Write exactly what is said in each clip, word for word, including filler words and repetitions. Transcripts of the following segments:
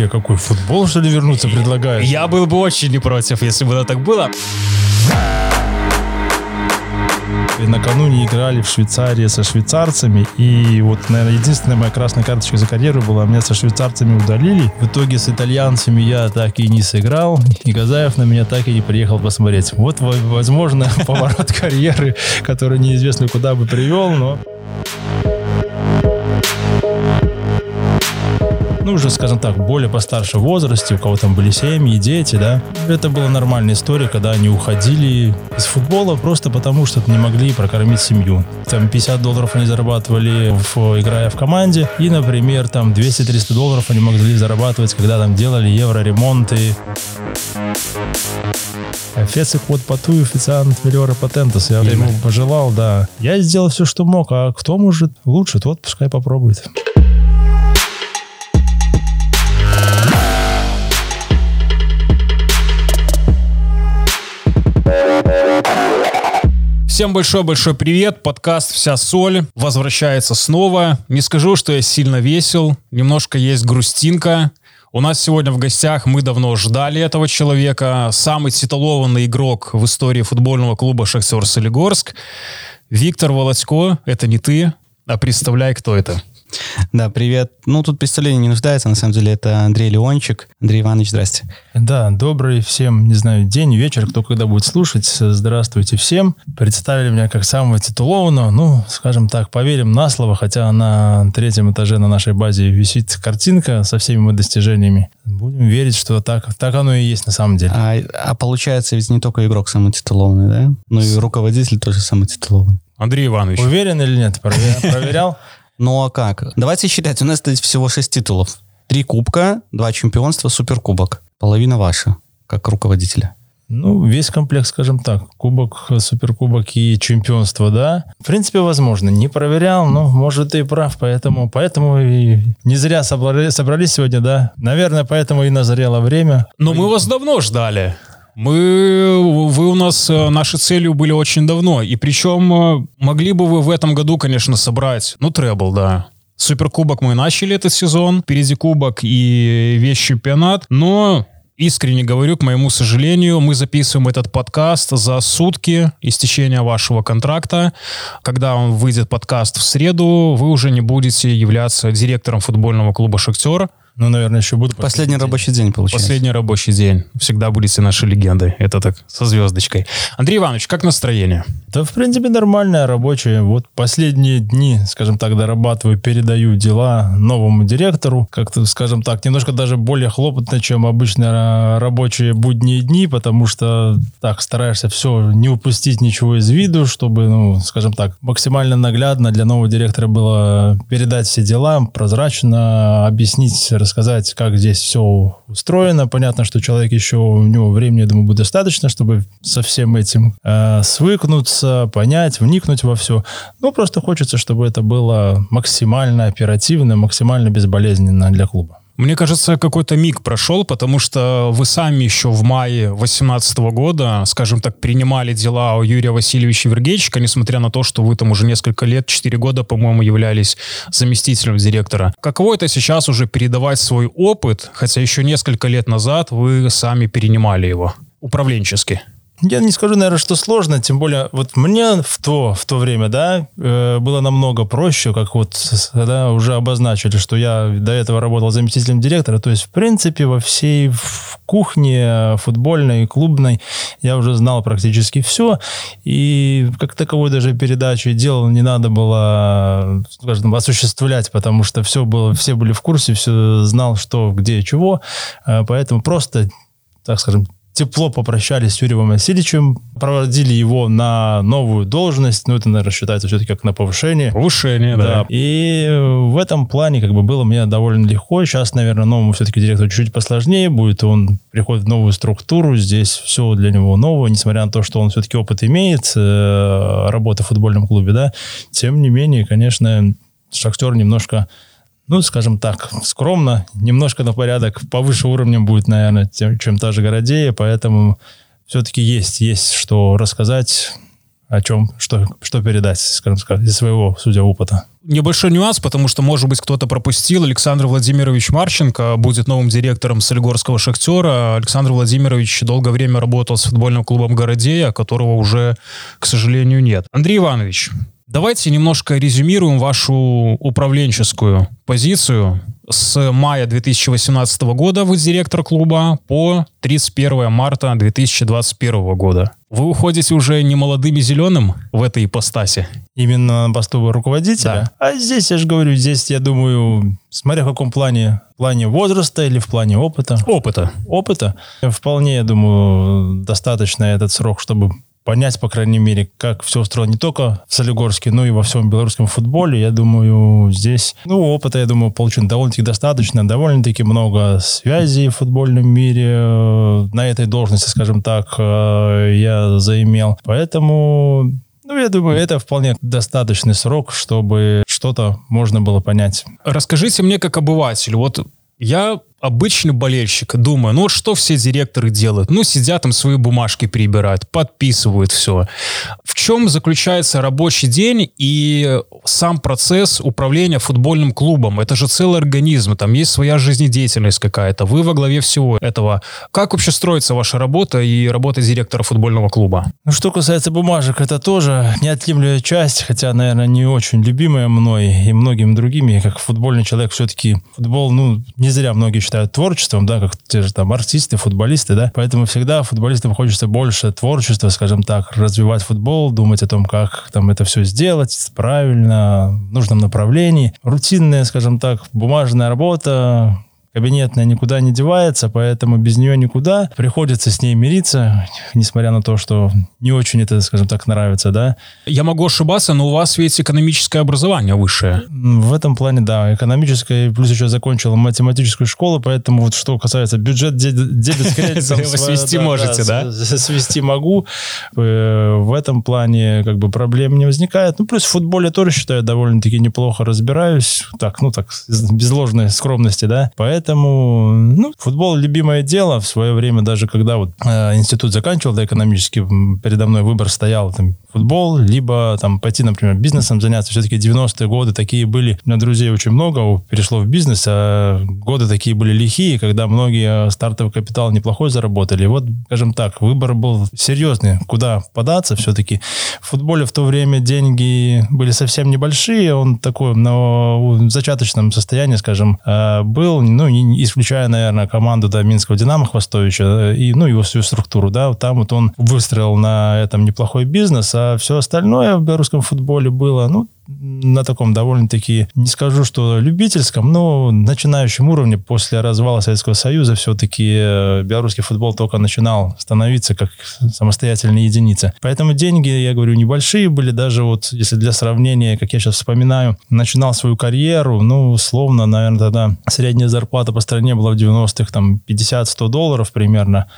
вообще какой футбол, что ли, вернуться предлагаешь? Я был бы очень не против, если бы это так было. И накануне играли в Швейцарии со швейцарцами, и вот, наверное, единственная моя красная карточка за карьеру была, меня со швейцарцами удалили. В итоге с итальянцами я так и не сыграл, и Газаев на меня так и не приехал посмотреть. Вот, возможно, поворот карьеры, который неизвестно куда бы привел, но... Ну, уже, скажем так, более постарше в возрасте, у кого там были семьи, дети, да. Это была нормальная история, когда они уходили из футбола просто потому, что не могли прокормить семью. Там пятьдесят долларов они зарабатывали, в, играя в команде, и, например, там двести-триста долларов они могли зарабатывать, когда там делали евроремонты. Фецик вот пату, официант миллиора патентос. Я ему пожелал, да. Я сделал все, что мог, а кто может лучше, тот пускай попробует. Всем большой-большой привет, подкаст «Вся соль» возвращается снова. Не скажу, что я сильно весел, немножко есть грустинка. У нас сегодня в гостях, мы давно ждали этого человека, самый титулованный игрок в истории футбольного клуба «Шахтер Солигорск». Виктор Володько, это не ты, а представляй, кто это. Да, привет. Ну, тут представление не нуждается, на самом деле, это Андрей Леончик. Андрей Иванович, здрасте. Да, добрый всем, не знаю, день, вечер, кто когда будет слушать. Здравствуйте всем. Представили меня как самого титулованного, ну, скажем так, поверим на слово, хотя на третьем этаже на нашей базе висит картинка со всеми моими достижениями. Будем верить, что так, так оно и есть на самом деле. А, а получается, ведь не только игрок самый титулованный, да? Но и руководитель тоже самый титулованный. Андрей Иванович. Уверен или нет? Проверял? Ну а как? Давайте считать, у нас здесь всего шесть титулов. Три кубка, два чемпионства, суперкубок. Половина ваша, как руководителя. Ну, весь комплект, скажем так. Кубок, суперкубок и чемпионство, да. В принципе, возможно. Не проверял, но, может, ты и прав. Поэтому, поэтому и не зря собрали, собрались сегодня, да. Наверное, поэтому и назрело время. Но мы вас давно ждали. Мы, вы у нас, нашей целью были очень давно. И причем могли бы вы в этом году, конечно, собрать, ну, требл, да. Суперкубок мы начали этот сезон, впереди кубок и весь чемпионат. Но, искренне говорю, к моему сожалению, мы записываем этот подкаст за сутки истечения вашего контракта. Когда он выйдет, подкаст, в среду, вы уже не будете являться директором футбольного клуба «Шахтер». Ну, наверное, еще буду. Последний рабочий день, получается. Последний рабочий день. Всегда будете нашей легендой. Это так, со звездочкой. Андрей Иванович, как настроение? Да, в принципе, нормальное, рабочее. Вот последние дни, скажем так, дорабатываю, передаю дела новому директору. Как-то, скажем так, немножко даже более хлопотно, чем обычно рабочие будние дни, потому что так стараешься все, не упустить ничего из виду, чтобы, ну, скажем так, максимально наглядно для нового директора было передать все дела, прозрачно объяснить, рассказать, как здесь все устроено. Понятно, что человек еще, у него времени, я думаю, будет достаточно, чтобы со всем этим э, свыкнуться, понять, вникнуть во все. Ну, просто хочется, чтобы это было максимально оперативно, максимально безболезненно для клуба. Мне кажется, какой-то миг прошел, потому что вы сами еще в мае две тысячи восемнадцатого года, скажем так, принимали дела у Юрия Васильевича Вергейчика, несмотря на то, что вы там уже несколько лет, четыре года, по-моему, являлись заместителем директора. Каково это сейчас уже передавать свой опыт, хотя еще несколько лет назад вы сами перенимали его управленчески? Я не скажу, наверное, что сложно, тем более вот мне в то, в то время, да, э, было намного проще, как вот да, уже обозначили, что я до этого работал заместителем директора, то есть, в принципе, во всей в кухне футбольной, клубной я уже знал практически все, и как таковой даже передачи делал, не надо было, скажем, осуществлять, потому что все было, все были в курсе, все знал, что, где, чего, э, поэтому просто, так скажем, тепло попрощались с Юрием Васильевичем, проводили его на новую должность, ну, это, наверное, считается все-таки как на повышение. Повышение, да. да. И в этом плане как бы было мне довольно легко. Сейчас, наверное, новому все-таки директору чуть-чуть посложнее будет. Он приходит в новую структуру, здесь все для него новое, несмотря на то, что он все-таки опыт имеет, э, работы в футбольном клубе, да. Тем не менее, конечно, Шахтер немножко... Ну, скажем так, скромно, немножко на порядок повыше уровнем будет, наверное, чем, чем та же Городея, поэтому все-таки есть, есть что рассказать о чем, что, что передать, скажем так, из своего, судя, опыта. Небольшой нюанс, потому что, может быть, кто-то пропустил. Александр Владимирович Марченко будет новым директором Солигорского «Шахтера». Александр Владимирович долгое время работал с футбольным клубом «Городея», которого уже, к сожалению, нет. Андрей Иванович, давайте немножко резюмируем вашу управленческую позицию. С мая две тысячи восемнадцатого года вы директор клуба по тридцать первое марта две тысячи двадцать первого года. Вы уходите уже не молодым и зеленым в этой ипостаси? Именно на посту руководителя? Да. А здесь, я же говорю, здесь, я думаю, смотря в каком плане, в плане возраста или в плане опыта. Опыта. Опыта. Вполне, я думаю, достаточно этот срок, чтобы понять, по крайней мере, как все устроено не только в Солигорске, но и во всем белорусском футболе. Я думаю, здесь, ну, опыта, я думаю, получено довольно-таки достаточно, довольно-таки много связей в футбольном мире. На этой должности, скажем так, я заимел. Поэтому, ну, я думаю, это вполне достаточный срок, чтобы что-то можно было понять. Расскажите мне, как обыватель, вот я обычный болельщик, думаю, ну вот что все директоры делают? Ну, сидят там свои бумажки перебирают, подписывают все. В чем заключается рабочий день и сам процесс управления футбольным клубом? Это же целый организм, там есть своя жизнедеятельность какая-то. Вы во главе всего этого. Как вообще строится ваша работа и работа директора футбольного клуба? Ну, что касается бумажек, это тоже неотъемлемая часть, хотя, наверное, не очень любимая мной и многими другими. Я как футбольный человек все-таки футбол, ну, не зря многие считают творчеством, да, как те же там артисты, футболисты, да, поэтому всегда футболистам хочется больше творчества, скажем так, развивать футбол, думать о том, как там это все сделать правильно, в нужном направлении. Рутинная, скажем так, бумажная работа, кабинетная никуда не девается, поэтому без нее никуда. Приходится с ней мириться, несмотря на то, что не очень это, скажем так, нравится, да. Я могу ошибаться, но у вас ведь экономическое образование высшее. В этом плане, да, экономическое, плюс еще закончил математическую школу, поэтому вот что касается бюджет, дебет, кредит... Свести можете, да? Свести могу. В этом плане как бы проблем не возникает. Ну, плюс в футболе тоже, считаю, довольно-таки неплохо разбираюсь. Так, ну так, без ложной скромности, да. Поэтому Поэтому, ну, футбол — любимое дело. В свое время, даже когда вот э, институт заканчивал, да, экономический, передо мной выбор стоял, там, футбол, либо там пойти, например, бизнесом заняться. Все-таки девяностые годы такие были. У меня друзей очень много перешло в бизнес, а годы такие были лихие, когда многие стартовый капитал неплохой заработали. И вот, скажем так, выбор был серьезный, куда податься все-таки. В футболе в то время деньги были совсем небольшие, он такой на зачаточном состоянии, скажем, был, ну, не исключая, наверное, команду, да, Минского «Динамо» Хвостовича и, ну, его всю структуру, да, там вот он выстроил на этом неплохой бизнес, а все остальное в белорусском футболе было, ну, на таком довольно-таки, не скажу, что любительском, но начинающем уровне. После развала Советского Союза все-таки белорусский футбол только начинал становиться как самостоятельная единица. Поэтому деньги, я говорю, небольшие были. Даже вот, если для сравнения, как я сейчас вспоминаю, начинал свою карьеру, ну, условно, наверное, тогда средняя зарплата по стране была в девяностых, там, пятьдесят-сто долларов примерно.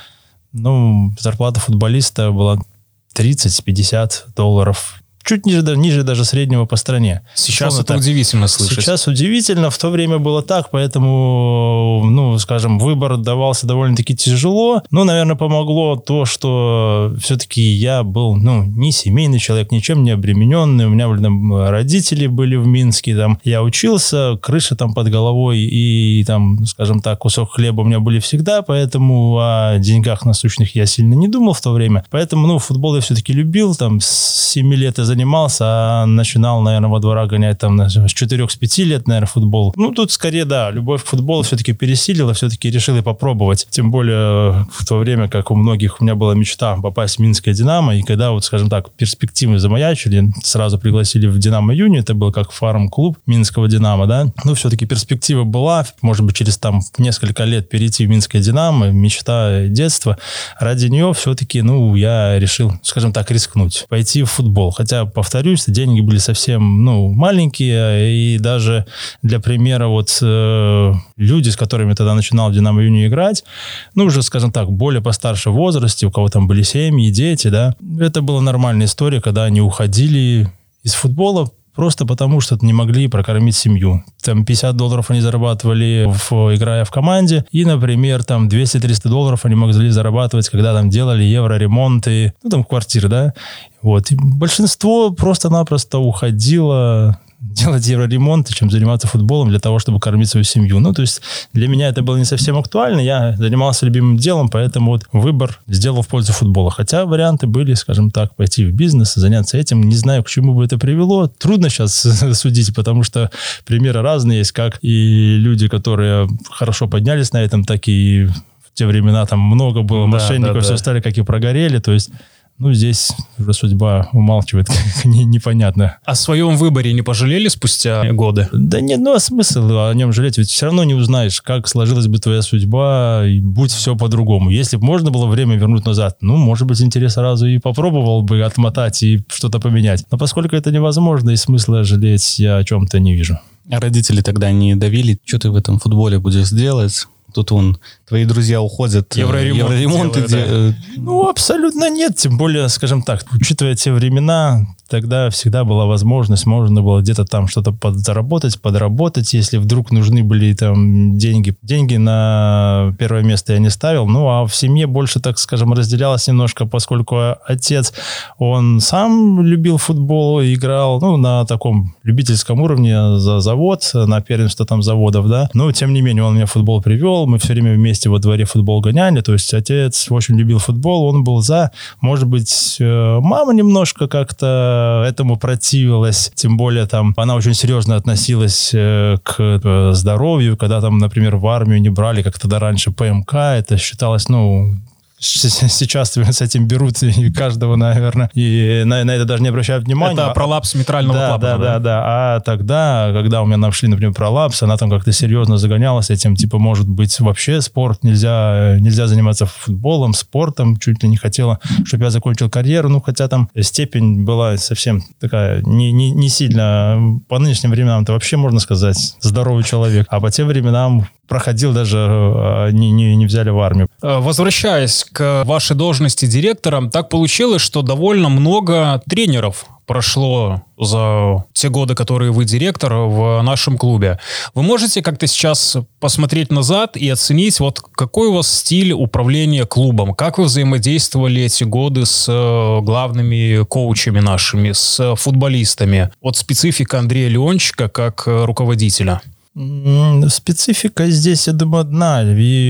Ну, зарплата футболиста была тридцать-пятьдесят долларов. Чуть ниже, ниже даже среднего по стране. Сейчас Условно это так. удивительно слышать. Сейчас удивительно. В то время было так, поэтому, ну, скажем, выбор давался довольно-таки тяжело. Но, наверное, помогло то, что все-таки я был, ну, не семейный человек, ничем не обремененный. У меня были, там, родители были в Минске, там, я учился, крыша там под головой и, там, скажем так, кусок хлеба у меня были всегда, поэтому о деньгах насущных я сильно не думал в то время. Поэтому, ну, футбол я все-таки любил, там, с семи лет я занимался, а начинал, наверное, во двора гонять там с четырёх, с пяти лет, наверное, футбол. Ну, тут скорее, да, любовь к футболу все-таки пересилила, все-таки решил и попробовать. Тем более в то время, как у многих, у меня была мечта попасть в Минское «Динамо», и когда, вот, скажем так, перспективы замаячили, сразу пригласили в «Динамо Юни», это был как фарм-клуб Минского «Динамо», да, ну, все-таки перспектива была, может быть, через там несколько лет перейти в Минское «Динамо», мечта детства. Ради нее все-таки, ну, я решил, скажем так, рискнуть, пойти в футбол. Хотя, повторюсь, деньги были совсем, ну, маленькие, и даже для примера вот э, люди, с которыми я тогда начинал в «Динамо Юни» играть, ну, уже, скажем так, более постарше в возрасте, у кого там были семьи, дети, да, это была нормальная история, когда они уходили из футбола, просто потому, что не могли прокормить семью. Там пятьдесят долларов они зарабатывали, в, играя в команде, и, например, там двести-триста долларов они могли зарабатывать, когда там делали евроремонты, ну, там, квартиры, да. Вот. И большинство просто-напросто уходило делать евроремонт, чем заниматься футболом для того, чтобы кормить свою семью. Ну, то есть для меня это было не совсем актуально. Я занимался любимым делом, поэтому вот выбор сделал в пользу футбола. Хотя варианты были, скажем так, пойти в бизнес, заняться этим. Не знаю, к чему бы это привело. Трудно сейчас судить, потому что примеры разные есть, как и люди, которые хорошо поднялись на этом, так и в те времена там много было да, мошенников, да, да. все стали, как и прогорели. То есть ну, здесь уже судьба умалчивает, непонятно. О своем выборе не пожалели спустя годы? Да нет, ну а смысл о нем жалеть? Ведь все равно не узнаешь, как сложилась бы твоя судьба, и будь все по-другому. Если бы можно было время вернуть назад, ну, может быть, интерес сразу и попробовал бы отмотать и что-то поменять. Но поскольку это невозможно, и смысла жалеть я о чем-то не вижу. А родители тогда не давили? Что ты в этом футболе будешь делать? Тут вон, твои друзья уходят, евроремонт евроремонты делают. Да. Ну, абсолютно нет. Тем более, скажем так, учитывая те времена, тогда всегда была возможность, можно было где-то там что-то подзаработать, подработать, если вдруг нужны были там деньги. Деньги на первое место я не ставил, ну, а в семье больше, так скажем, разделялось немножко, поскольку отец, он сам любил футбол, играл, ну, на таком любительском уровне за завод, на первенство там заводов, да, но, тем не менее, он меня в футбол привел, мы все время вместе во дворе футбол гоняли, то есть отец очень любил футбол, он был за, может быть, мама немножко как-то этому противилась, тем более там она очень серьезно относилась э, к э, здоровью, когда там, например, в армию не брали, как тогда раньше ПМК, это считалось, ну, сейчас с этим берут и каждого, наверное, и на, на это даже не обращают внимания. Это пролапс митрального да, клапана. Да, да, да, да. А тогда, когда у меня нашли, например, пролапс, она там как-то серьезно загонялась этим, типа, может быть, вообще спорт, нельзя, нельзя заниматься футболом, спортом, чуть ли не хотела, чтобы я закончил карьеру, ну, хотя там степень была совсем такая, не, не, не сильно, по нынешним временам-то вообще, можно сказать, здоровый человек, а по тем временам проходил, даже не, не, не взяли в армию. Возвращаясь к вашей должности директора, так получилось, что довольно много тренеров прошло за те годы, которые вы директор в нашем клубе. Вы можете как-то сейчас посмотреть назад и оценить, вот какой у вас стиль управления клубом, как вы взаимодействовали эти годы с главными коучами нашими, с футболистами, вот специфика Андрея Леончика как руководителя? Специфика здесь, я думаю, одна.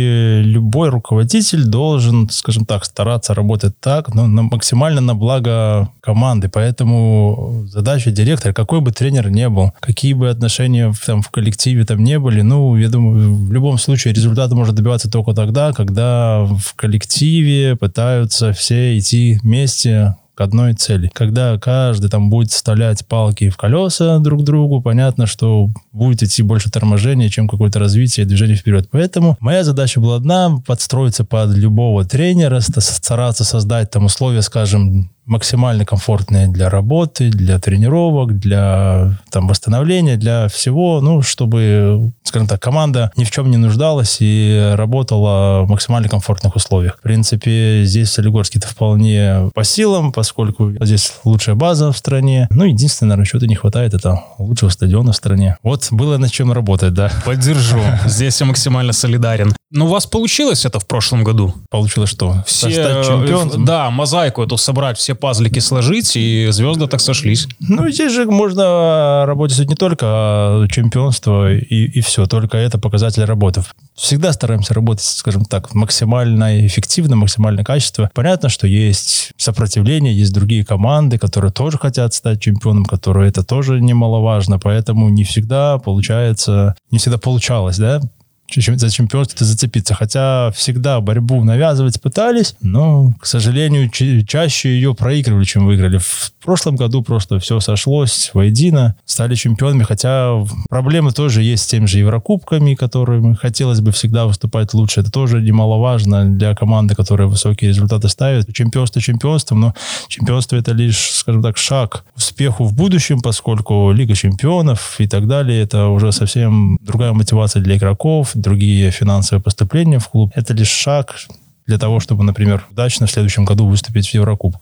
И любой руководитель должен, скажем так, стараться работать так, но на, максимально на благо команды. Поэтому задача директора, какой бы тренер ни был, какие бы отношения там, в коллективе там не были, ну, я думаю, в любом случае результат может добиваться только тогда, когда в коллективе пытаются все идти вместе к одной цели. Когда каждый там будет вставлять палки в колеса друг другу, понятно, что будет идти больше торможения, чем какое-то развитие и движение вперед. Поэтому моя задача была одна — подстроиться под любого тренера, стараться создать там условия, скажем, максимально комфортные для работы, для тренировок, для там, восстановления, для всего, ну, чтобы, скажем так, команда ни в чем не нуждалась и работала в максимально комфортных условиях. В принципе, здесь в Солигорске это вполне по силам, поскольку здесь лучшая база в стране. Ну, единственное, наверное, чего-то не хватает, это лучшего стадиона в стране. Вот было над чем работать, да. Поддержу. Здесь я максимально солидарен. Но у вас получилось это в прошлом году? Получилось что? Все, стать чемпионом? Да, мозаику эту собрать, все пазлики сложить, и звезды так сошлись. Ну, здесь же можно работать не только а чемпионство и, и все, только это показатель работы. Всегда стараемся работать, скажем так, максимально эффективно, максимально качественно. Понятно, что есть сопротивление, есть другие команды, которые тоже хотят стать чемпионом, которые это тоже немаловажно, поэтому не всегда получается, не всегда получалось, да, за чемпионство зацепиться. Хотя всегда борьбу навязывать пытались, но, к сожалению, ча- чаще ее проигрывали, чем выиграли. В прошлом году просто все сошлось воедино, стали чемпионами, хотя проблемы тоже есть с теми же Еврокубками, которыми хотелось бы всегда выступать лучше. Это тоже немаловажно для команды, которая высокие результаты ставит. Чемпионство чемпионством, но чемпионство — это лишь, скажем так, шаг к успеху в будущем, поскольку Лига чемпионов и так далее — это уже совсем другая мотивация для игроков, другие финансовые поступления в клуб. Это лишь шаг для того, чтобы, например, удачно в следующем году выступить в Еврокубках.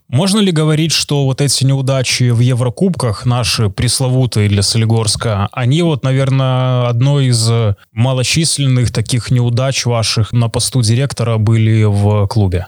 Можно ли говорить, что вот эти неудачи в Еврокубках, наши пресловутые для Солигорска, они вот, наверное, одной из малочисленных таких неудач ваших на посту директора были в клубе?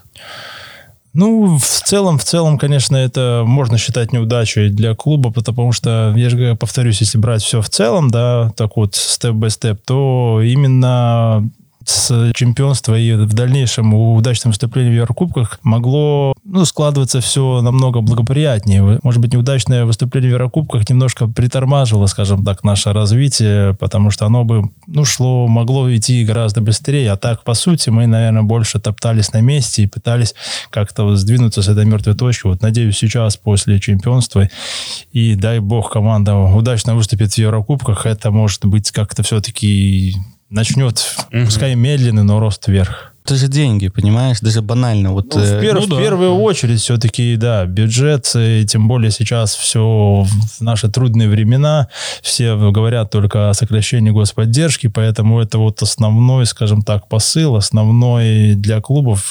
Ну, в целом, в целом, конечно, это можно считать неудачей для клуба, потому что, я же повторюсь, если брать все в целом, да, так вот, степ-бай-степ, то именно с чемпионства и в дальнейшем удачным выступлением в Еврокубках могло, ну, складываться все намного благоприятнее. Может быть, неудачное выступление в Еврокубках немножко притормаживало, скажем так, наше развитие, потому что оно бы, ну, шло, могло идти гораздо быстрее. А так, по сути, мы, наверное, больше топтались на месте и пытались как-то вот сдвинуться с этой мертвой точки. Вот, надеюсь, сейчас, после чемпионства, и дай бог, команда удачно выступит в Еврокубках, это, может быть, как-то все-таки начнет, mm-hmm. пускай медленный, но рост вверх. Это же деньги, понимаешь? Даже банально. Вот, ну, в, пер- ну, в да. первую очередь все-таки, да, бюджет, и тем более сейчас все в наши трудные времена, все говорят только о сокращении господдержки, поэтому это вот основной, скажем так, посыл, основной для клубов.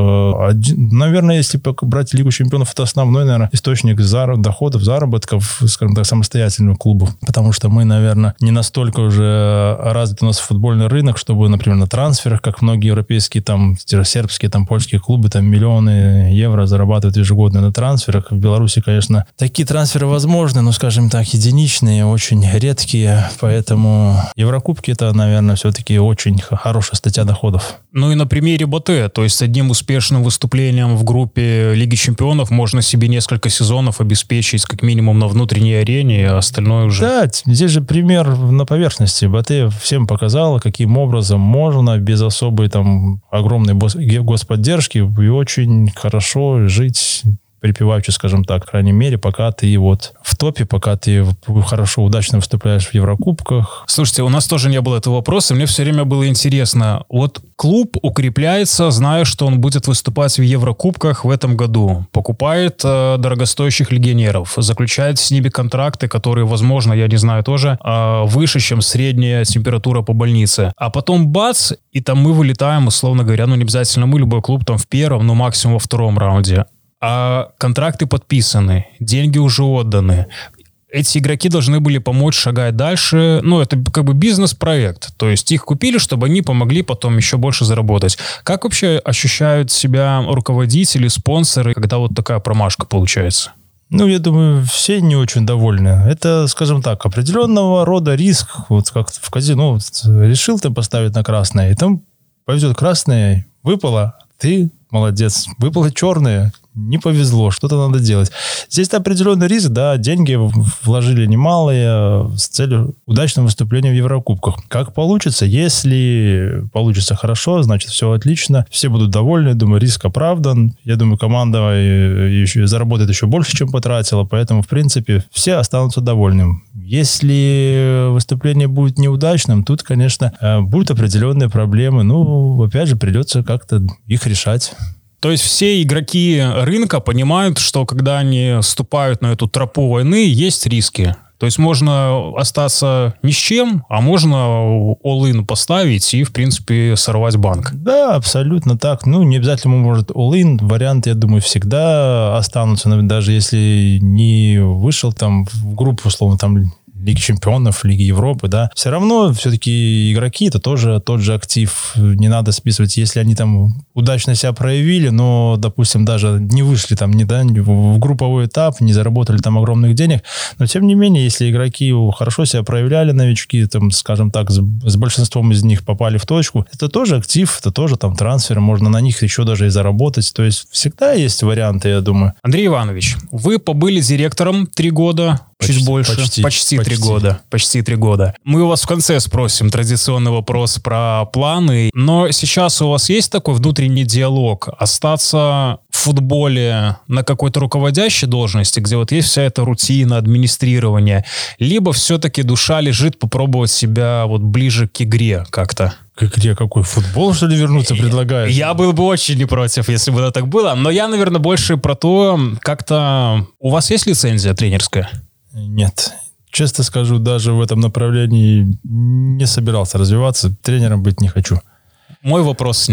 Один, наверное, если брать Лигу чемпионов, это основной, наверное, источник зар- доходов, заработков, скажем так, самостоятельных клубов, потому что мы, наверное, не настолько уже развит у нас футбольный рынок, чтобы, например, на трансферах, как многие европейские там сербские, там польские клубы там миллионы евро зарабатывают ежегодно на трансферах. В Беларуси, конечно, такие трансферы возможны, но, скажем так, единичные, очень редкие, поэтому Еврокубки это, наверное, все-таки очень хорошая статья доходов. Ну и на примере Ботэ, то есть с одним успешным выступлением в группе Лиги чемпионов можно себе несколько сезонов обеспечить как минимум на внутренней арене, а остальное уже... Да, здесь же пример на поверхности. Ботэ всем показала, каким образом можно без особой там огромной господдержки и очень хорошо жить припеваючи, скажем так, по крайней мере, пока ты вот в топе, пока ты хорошо, удачно выступаешь в Еврокубках. Слушайте, у нас тоже не было этого вопроса, мне все время было интересно. Вот клуб укрепляется, зная, что он будет выступать в Еврокубках в этом году. Покупает э, дорогостоящих легионеров, заключает с ними контракты, которые, возможно, я не знаю тоже, э, выше, чем средняя температура по больнице. А потом бац, и там мы вылетаем, условно говоря, ну не обязательно мы, любой клуб там в первом, но максимум во втором раунде. А контракты подписаны, деньги уже отданы. Эти игроки должны были помочь шагать дальше. Ну, это как бы бизнес-проект. То есть их купили, чтобы они помогли потом еще больше заработать. Как вообще ощущают себя руководители, спонсоры, когда вот такая промашка получается? Ну, я думаю, все не очень довольны. Это, скажем так, определенного рода риск. Вот как в казино вот, решил ты поставить на красное, и там повезет красное, выпало, ты молодец. Выпало черное, не повезло, что-то надо делать. Здесь определенный риск, да, деньги вложили немалые с целью удачного выступления в Еврокубках. Как получится? Если получится хорошо, значит, все отлично, все будут довольны, думаю, риск оправдан. Я думаю, команда еще заработает еще больше, чем потратила, поэтому, в принципе, все останутся довольны. Если выступление будет неудачным, тут, конечно, будут определенные проблемы. Ну, опять же, придется как-то их решать. То есть все игроки рынка понимают, что когда они ступают на эту тропу войны, есть риски. То есть можно остаться ни с чем, а можно all-in поставить и, в принципе, сорвать банк. Да, абсолютно так. Ну, не обязательно, может, all-in. Варианты, я думаю, всегда останутся. Даже если не вышел там в группу, условно, там... Лиги чемпионов, Лиги Европы, да, все равно все-таки игроки это тоже тот же актив, не надо списывать, если они там удачно себя проявили, но, допустим, даже не вышли там, не, да, в групповой этап, не заработали там огромных денег, но тем не менее, если игроки хорошо себя проявляли, новички, там, скажем так, с, с большинством из них попали в точку, это тоже актив, это тоже там трансфер, можно на них еще даже и заработать, то есть всегда есть варианты, я думаю. Андрей Иванович, вы побыли директором три года, Почти, чуть больше, почти, почти, почти три года, почти три года. Мы у вас в конце спросим традиционный вопрос про планы, но сейчас у вас есть такой внутренний диалог, остаться в футболе на какой-то руководящей должности, где вот есть вся эта рутина, администрирование, либо все-таки душа лежит попробовать себя вот ближе к игре как-то? К игре какой? Футбол, что ли, вернуться предлагаешь? Я был бы очень не против, если бы это так было, но я, наверное, больше про то, как-то... У вас есть лицензия тренерская? Нет. Честно скажу, даже в этом направлении не собирался развиваться. Тренером быть не хочу. Мой вопрос снят.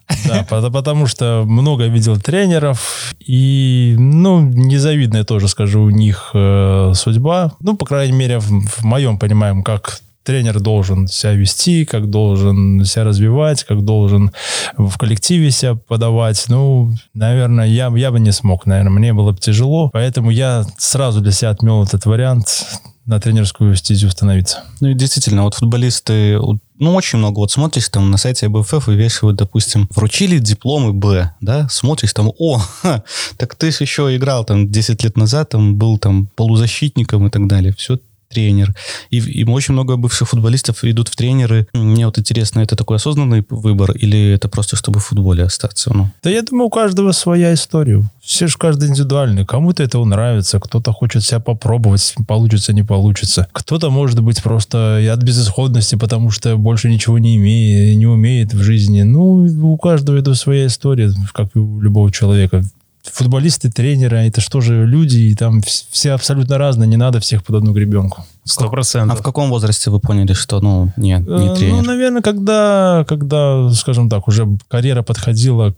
Да, потому что много видел тренеров, и, ну, незавидная тоже, скажу, у них э, судьба. Ну, по крайней мере, в, в моем понимании, как тренер должен себя вести, как должен себя развивать, как должен в коллективе себя подавать. Ну, наверное, я, я бы не смог, наверное, мне было бы тяжело. Поэтому я сразу для себя отмел этот вариант на тренерскую стезю становиться. Ну и действительно, вот футболисты, ну очень много, вот смотришь там на сайте эй бэ эф эф вывешивают, допустим, вручили дипломы Б, да, смотришь там, о, ха, так ты же еще играл там десять лет назад, там был там полузащитником и так далее, все тренер. И, и очень много бывших футболистов идут в тренеры. Мне вот интересно, это такой осознанный выбор или это просто, чтобы в футболе остаться? Ну? Да я думаю, у каждого своя история. Все же каждый индивидуальный. Кому-то это нравится, кто-то хочет себя попробовать, получится, не получится. Кто-то, может быть, просто от безысходности, потому что больше ничего не имеет, не умеет в жизни. Ну, у каждого это своя история, как и у любого человека. Футболисты, тренеры, это что же люди, и там все абсолютно разные, не надо всех под одну гребенку. Сто процентов. А в каком возрасте вы поняли, что, ну, нет, не тренер? Ну, наверное, когда, когда, скажем так, уже карьера подходила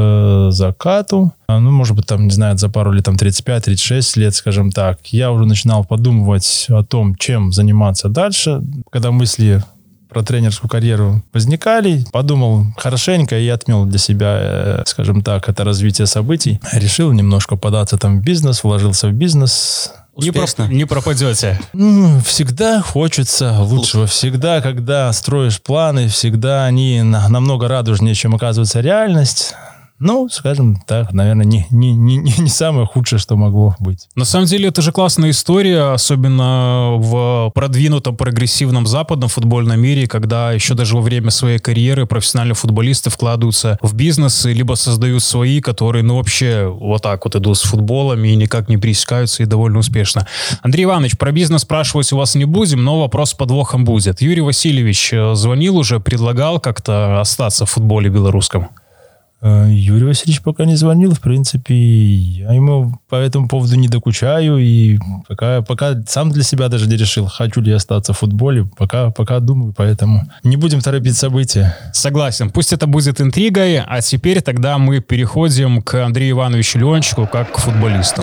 к закату, ну, может быть, там, не знаю, за пару лет, там, тридцать пять тридцать шесть лет, скажем так, я уже начинал подумывать о том, чем заниматься дальше, когда мысли про тренерскую карьеру возникали, подумал хорошенько и отмел для себя, скажем так, это развитие событий. Решил немножко податься там в бизнес, вложился в бизнес. Не, проп, не пропадете. Ну, всегда хочется лучшего. Всегда, когда строишь планы, всегда они намного радужнее, чем оказывается реальность. Ну, скажем так, наверное, не, не, не, не самое худшее, что могло быть. На самом деле, это же классная история, особенно в продвинутом прогрессивном западном футбольном мире, когда еще даже во время своей карьеры профессиональные футболисты вкладываются в бизнесы, либо создают свои, которые, ну, вообще вот так вот идут с футболом и никак не пересекаются, и довольно успешно. Андрей Иванович, про бизнес спрашивать у вас не будем, но вопрос с подвохом будет. Юрий Васильевич звонил уже, предлагал как-то остаться в футболе белорусском? Юрий Васильевич пока не звонил, в принципе, я ему по этому поводу не докучаю, и пока, пока сам для себя даже не решил, хочу ли я остаться в футболе, пока, пока думаю, поэтому не будем торопить события. Согласен, пусть это будет интригой, а теперь тогда мы переходим к Андрею Ивановичу Леончику как к футболисту.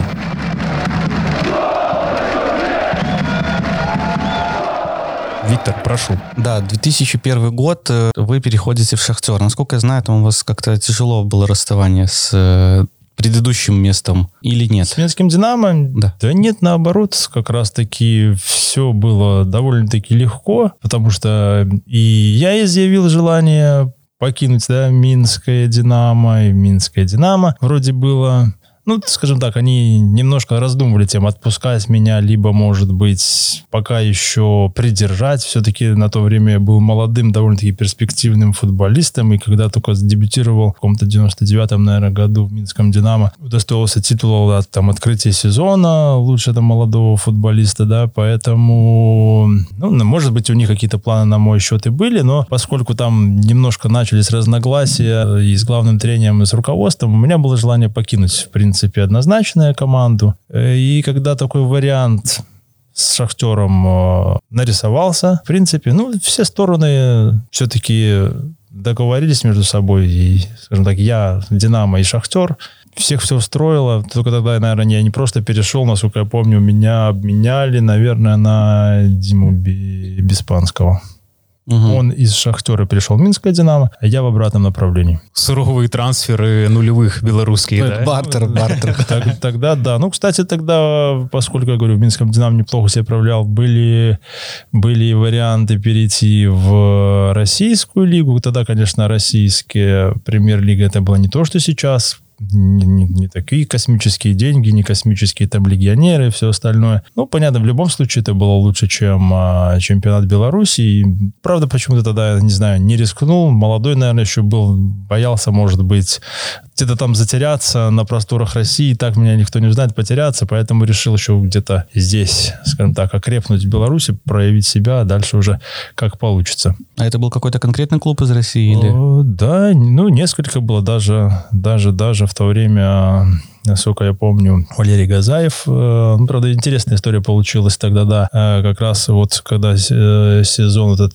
Виктор, прошу. Да, две тысячи первый год, вы переходите в «Шахтер». Насколько я знаю, там у вас как-то тяжело было расставание с предыдущим местом или нет? С Минским «Динамо»? Да. Да нет, наоборот, как раз-таки все было довольно-таки легко, потому что и я изъявил желание покинуть, да, Минское «Динамо», и Минское «Динамо» вроде было... Ну, скажем так, они немножко раздумывали тем, отпускать меня, либо, может быть, пока еще придержать. Все-таки на то время я был молодым, довольно-таки перспективным футболистом, и когда только дебютировал в каком-то девяносто девятом, наверное, году в Минском «Динамо», удостоился титула от там, открытия сезона лучшего там, молодого футболиста, да, поэтому, ну, может быть, у них какие-то планы на мой счет и были, но поскольку там немножко начались разногласия и с главным тренером, и с руководством, у меня было желание покинуть, в принципе, В принципе, однозначная команду. И когда такой вариант с «Шахтером» э, нарисовался, в принципе, ну, все стороны все-таки договорились между собой. И, скажем так, я, «Динамо» и «Шахтер». Всех все устроило. Только тогда, наверное, я не просто перешел, насколько я помню, меня обменяли, наверное, на Диму Беспанского. Угу. Он из «Шахтера» перешел в Минское «Динамо», а я в обратном направлении. Суровые трансферы нулевых белорусские, да? Бартер, бартер. Тогда да. Ну, кстати, тогда, поскольку, я говорю, в Минском «Динамо» неплохо себя проявлял, были, были варианты перейти в российскую лигу. Тогда, конечно, российская премьер-лига это было не то, что сейчас. Не, не, не такие космические деньги, не космические там легионеры и все остальное. Ну, понятно, в любом случае это было лучше, чем а, чемпионат Беларуси. И, правда, почему-то тогда, не знаю, не рискнул. Молодой, наверное, еще был, боялся, может быть, где-то там затеряться на просторах России. Так меня никто не узнает, потеряться. Поэтому решил еще где-то здесь, скажем так, окрепнуть в Беларуси, проявить себя, а дальше уже как получится. А это был какой-то конкретный клуб из России? Или? О, да, ну, несколько было даже, даже, даже в то время, насколько я помню, Валерий Газаев. Ну, правда, интересная история получилась тогда, да, как раз вот когда сезон этот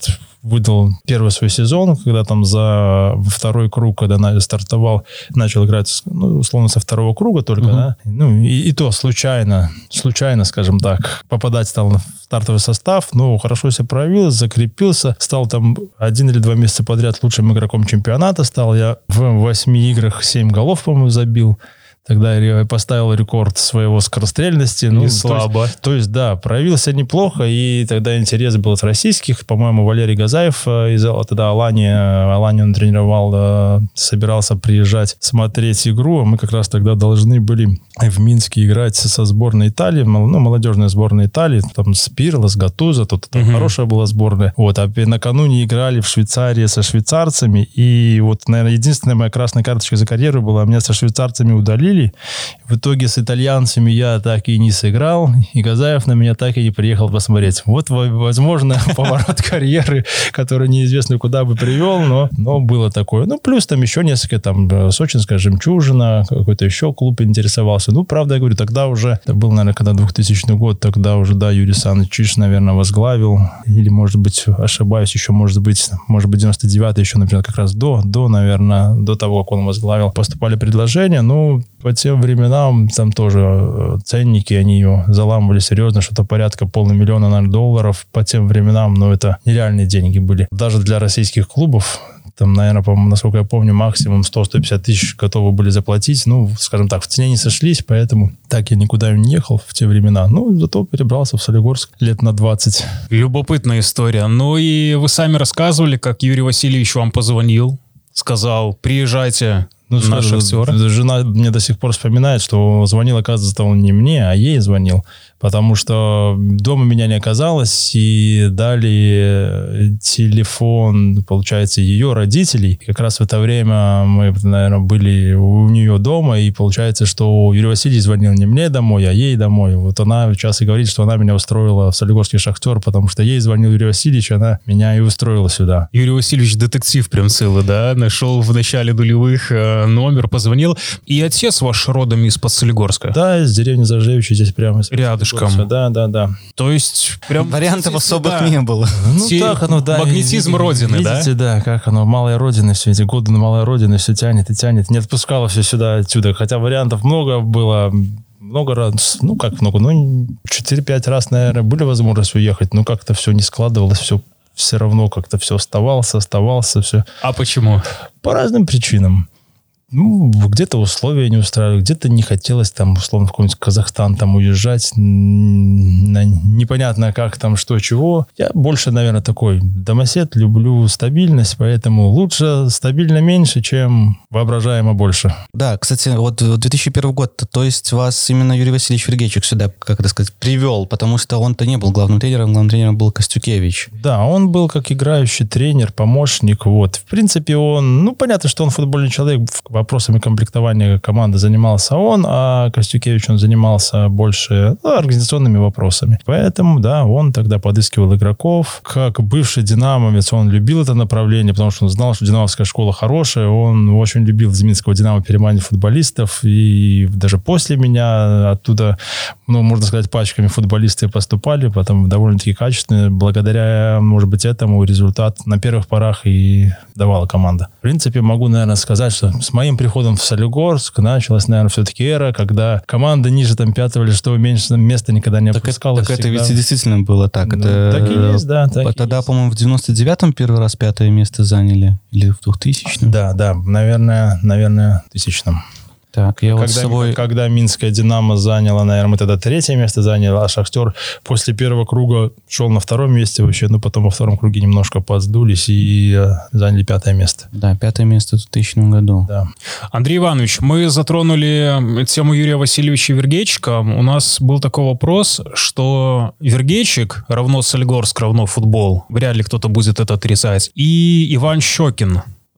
выдал первый свой сезон, когда там за второй круг, когда на, стартовал, начал играть, ну, условно, со второго круга только, uh-huh. да, ну, и, и то случайно, случайно, скажем так, попадать стал в стартовый состав, но хорошо себя проявил, закрепился, стал там один или два месяца подряд лучшим игроком чемпионата, стал я в восьми играх семь голов, по-моему, забил. Тогда я поставил рекорд своего скорострельности. Ну, не слабо. То есть, то есть, да, проявился неплохо, и тогда интерес был от российских. По-моему, Валерий Газаев из тогда Алани, Алани он тренировал, собирался приезжать смотреть игру. Мы как раз тогда должны были в Минске играть со сборной Италии, ну, молодежная сборная Италии, там с Пирло, с Гатузо, тут там угу. хорошая была сборная. Вот, а накануне играли в Швейцарии со швейцарцами, и вот, наверное, единственная моя красная карточка за карьеру была, меня со швейцарцами удалили. В итоге с итальянцами я так и не сыграл, и Газаев на меня так и не приехал посмотреть. Вот, возможно, поворот карьеры, который неизвестно куда бы привел, но, но было такое. Ну, плюс там еще несколько, там, Сочинская «Жемчужина», какой-то еще клуб интересовался. Ну, правда, я говорю, тогда уже, это был, наверное, когда двухтысячный год, тогда уже, да, Юрий Саныч Чиш, наверное, возглавил, или, может быть, ошибаюсь, еще, может быть, может быть, девяносто девятый еще, например, как раз до, до, наверное, до того, как он возглавил, поступали предложения, ну, по тем временам там тоже ценники, они ее заламывали серьезно, что-то порядка полмиллиона, наверное, долларов по тем временам, но это нереальные деньги были. Даже для российских клубов, там, наверное, по-моему, насколько я помню, максимум сто - сто пятьдесят тысяч готовы были заплатить. Ну, скажем так, в цене не сошлись, поэтому так я никуда не ехал в те времена. Ну, зато перебрался в Солигорск лет на двадцать. Любопытная история. Ну и вы сами рассказывали, как Юрий Васильевич вам позвонил, сказал, приезжайте. Ну, наши актеры. Жена мне до сих пор вспоминает, что звонил, оказывается, он не мне, а ей звонил. Потому что дома меня не оказалось, и дали телефон, получается, ее родителей. И как раз в это время мы, наверное, были у нее дома, и получается, что Юрий Васильевич звонил не мне домой, а ей домой. Вот она часто говорит, что она меня устроила в Солигорский «Шахтер», потому что ей звонил Юрий Васильевич, она меня и устроила сюда. Юрий Васильевич детектив прям целый, да? Нашел в начале нулевых номер, позвонил. И отец ваш родом из-под Солигорска? Да, из деревни Зажевичи, здесь прямо. Рядышком. Да, да, да. То есть прям... Вариантов особых да. не было. Ну, Те... так оно, да. Магнетизм родины, видите, да? Видите, да, как оно, малая родина, все эти годы на малой родине все тянет и тянет. Не отпускало все сюда, отсюда. Хотя вариантов много было, много раз, ну, как много, ну, четыре-пять раз, наверное, были возможности уехать, но как-то все не складывалось, все все равно как-то все оставался, оставался, все. А почему? По разным причинам. Ну, где-то условия не устраивали, где-то не хотелось там, условно, в какой-нибудь Казахстан там уезжать, непонятно как там, что, чего. Я больше, наверное, такой домосед, люблю стабильность, поэтому лучше стабильно меньше, чем воображаемо больше. Да, кстати, вот две тысячи первый год, то есть вас именно Юрий Васильевич Вергейчук сюда, как это сказать, привел, потому что он-то не был главным тренером, главным тренером был Костюкевич. Да, он был как играющий тренер, помощник, вот. В принципе, он, ну, понятно, что он футбольный человек, вопросами комплектования команды занимался он, а Костюкевич, он занимался больше ну, организационными вопросами. Поэтому, да, он тогда подыскивал игроков. Как бывший динамовец, он любил это направление, потому что он знал, что динамовская школа хорошая. Он очень любил из Минского Динамо переманивать футболистов. И даже после меня оттуда, ну, можно сказать, пачками футболисты поступали, потом довольно-таки качественные. Благодаря, может быть, этому результат на первых порах и давала команда. В принципе, могу, наверное, сказать, что с моим приходом в Солигорск началась, наверное, все-таки эра, когда команда ниже там пятого или шестого места никогда не опускалась. Так это ведь действительно было так. Ну, это, так и есть, да. Так тогда, по-моему, в девяносто девятом первый раз пятое место заняли. Или в двухтысячном? Да, да, наверное, наверное, в тысячном. Так, я когда, вот с собой... когда Минская Динамо заняла, наверное, мы тогда третье место заняли, а Шахтер после первого круга шел на втором месте вообще, но потом во втором круге немножко подсдулись и э, заняли пятое место. Да, пятое место в двухтысячном году. Да. Андрей Иванович, мы затронули тему Юрия Васильевича Вергейчика. У нас был такой вопрос, что Вергейчик равно Солигорск равно футбол. Вряд ли кто-то будет это отрицать. И Иван Щекин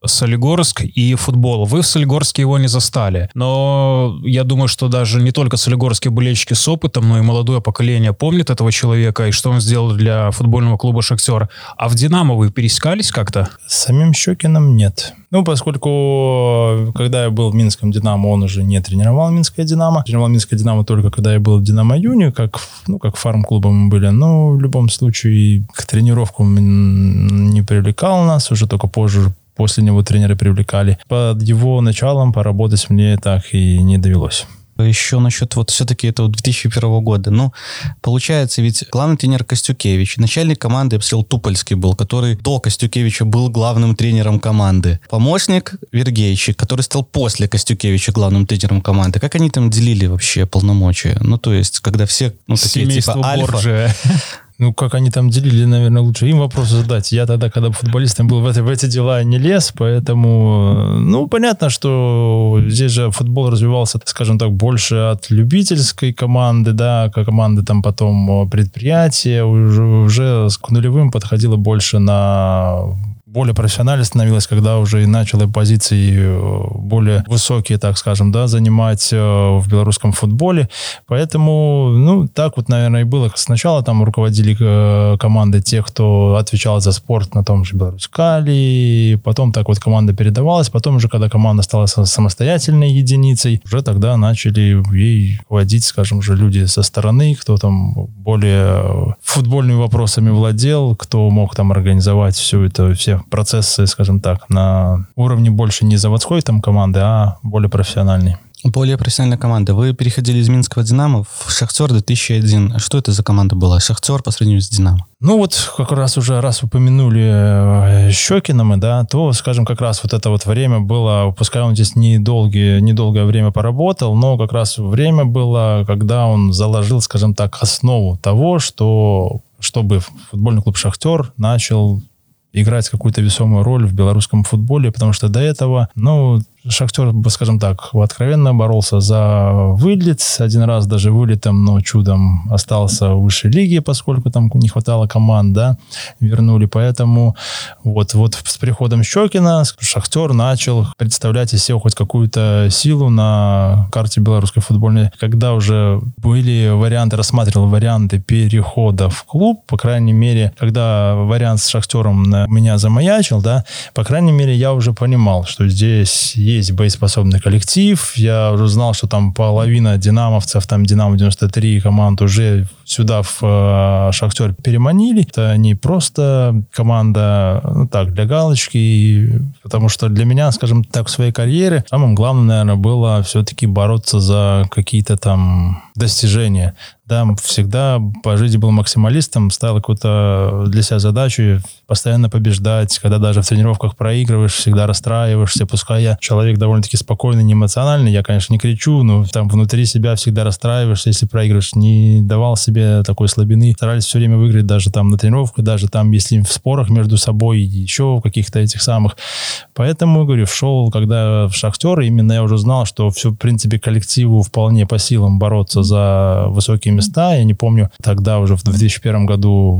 Солигорск и футбол. Вы в Солигорске его не застали. Но я думаю, что даже не только солигорские болельщики с опытом, но и молодое поколение помнит этого человека и что он сделал для футбольного клуба «Шахтер». А в «Динамо» вы пересекались как-то? С самим Щекиным нет. Ну, поскольку, когда я был в Минском «Динамо», он уже не тренировал Минское «Динамо». Тренировал Минское «Динамо» только когда я был в «Динамо Юни», как, ну, как фарм-клубом мы были. Но в любом случае к тренировкам не привлекал нас, уже только позже, после него тренеры привлекали. Под его началом поработать мне так и не довелось. Еще насчет вот все-таки этого две тысячи первого года. Ну, получается, ведь главный тренер Костюкевич, начальник команды, я бы сказал, Тупольский был, который до Костюкевича был главным тренером команды. Помощник Вергейчик, который стал после Костюкевича главным тренером команды. Как они там делили вообще полномочия? Ну, то есть, когда все, ну, такие Семейство типа альфа... Борджиа. Ну, как они там делили, наверное, лучше им вопросы задать. Я тогда, когда футболистом был, в, это, в эти дела не лез, поэтому, ну, понятно, что здесь же футбол развивался, скажем так, больше от любительской команды, да, как команды там потом предприятия, уже, уже к нулевым подходило больше на... более профессионально становилась, когда уже и начала позиции более высокие, так скажем, да, занимать в белорусском футболе. Поэтому, ну, так вот, наверное, и было. Сначала там руководили команды тех, кто отвечал за спорт на том же Беларусь-Кали, потом так вот команда передавалась, потом уже, когда команда стала самостоятельной единицей, уже тогда начали ей водить, скажем же, люди со стороны, кто там более футбольными вопросами владел, кто мог там организовать все это, все процессы, скажем так, на уровне больше не заводской там команды, а более профессиональной. Более профессиональная команда. Вы переходили из Минского «Динамо» в «Шахтер» две тысячи один. Что это за команда была? «Шахтер» по сравнению с «Динамо»? Ну вот, как раз уже раз упомянули Щекина мы, да, то, скажем, как раз вот это вот время было, пускай он здесь недолгие, недолгое время поработал, но как раз время было, когда он заложил, скажем так, основу того, что чтобы футбольный клуб «Шахтер» начал играть какую-то весомую роль в белорусском футболе, потому что до этого, ну, Шахтер, скажем так, откровенно боролся за вылет. Один раз даже вылетом, но чудом остался в высшей лиге, поскольку там не хватало команд, да, вернули. Поэтому вот, вот с приходом Щекина Шахтер начал представлять из себя хоть какую-то силу на карте белорусской футбольной. Когда уже были варианты, рассматривал варианты перехода в клуб, по крайней мере, когда вариант с Шахтером меня замаячил, да, по крайней мере, я уже понимал, что здесь есть есть боеспособный коллектив. Я уже знал, что там половина динамовцев, там Динамо девяносто три команд уже сюда в э, Шахтер переманили. Это не просто команда, ну так, для галочки, потому что для меня, скажем так, в своей карьере самым главным, наверное, было все-таки бороться за какие-то там достижения. Да, всегда по жизни был максималистом, ставил какую-то для себя задачу постоянно побеждать. Когда даже в тренировках проигрываешь, всегда расстраиваешься. Пускай я человек довольно-таки спокойный, не эмоциональный, я, конечно, не кричу, но там внутри себя всегда расстраиваешься, если проигрываешь. Не давал себе такой слабины. Старались все время выиграть даже там на тренировках, даже там, если в спорах между собой, еще в каких-то этих самых. Поэтому, говорю, шел, когда в Шахтер, именно я уже знал, что все, в принципе, коллективу вполне по силам бороться за высокие места. Я не помню, тогда уже в две тысячи первом году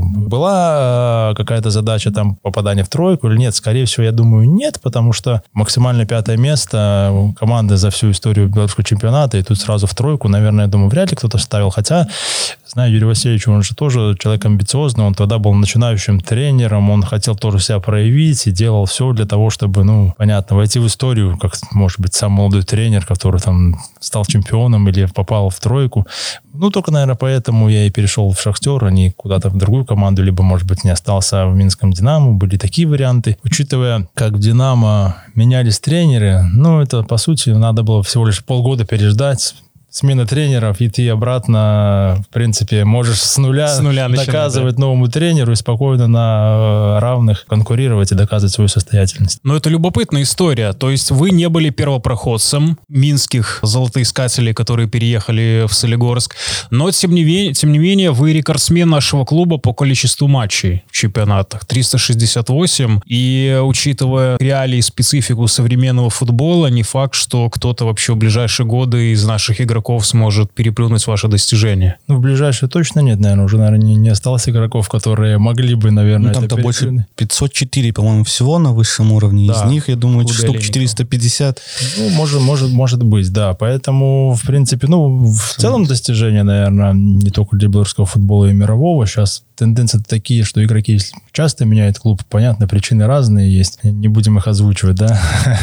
была какая-то задача там попадания в тройку или нет. Скорее всего, я думаю, нет, потому что максимально пятое место команды за всю историю белорусского чемпионата, и тут сразу в тройку, наверное, я думаю, вряд ли кто-то ставил. Хотя, знаю Юрия Васильевича, он же тоже человек амбициозный, он тогда был начинающим тренером, он хотел тоже себя проявить и делал все для того, чтобы, ну, понятно, войти в историю, как, может быть, сам молодой тренер, который там стал чемпионом или попал в тройку. Ну, только, наверное, поэтому я и перешел в Шахтер, а не куда-то в другую команду, либо, может быть, не остался в Минском Динамо. Были такие варианты. Учитывая, как в Динамо менялись тренеры, ну, это, по сути, надо было всего лишь полгода переждать, смена тренеров, и ты обратно, в принципе, можешь с нуля, с нуля доказывать начинать, да, новому тренеру и спокойно на равных конкурировать и доказывать свою состоятельность. Но это любопытная история. То есть вы не были первопроходцем минских золотоискателей, которые переехали в Солигорск, но, тем не менее, тем не менее вы рекордсмен нашего клуба по количеству матчей в чемпионатах. триста шестьдесят восемь. И, учитывая реалии и специфику современного футбола, не факт, что кто-то вообще в ближайшие годы из наших игроков игроков сможет переплюнуть ваши достижения? Ну, в ближайшее точно нет, наверное. Уже, наверное, не, не осталось игроков, которые могли бы, наверное, ну, там-то это больше пятьсот четыре, по-моему, всего на высшем уровне. Да. Из них, я думаю, штук четыреста пятьдесят. Ну, может, может, может быть, да. Поэтому, в принципе, ну, в целом достижения, наверное, не только для белорусского футбола и мирового. Сейчас тенденции такие, что игроки часто меняют клуб. Понятно, причины разные есть. Не будем их озвучивать, да.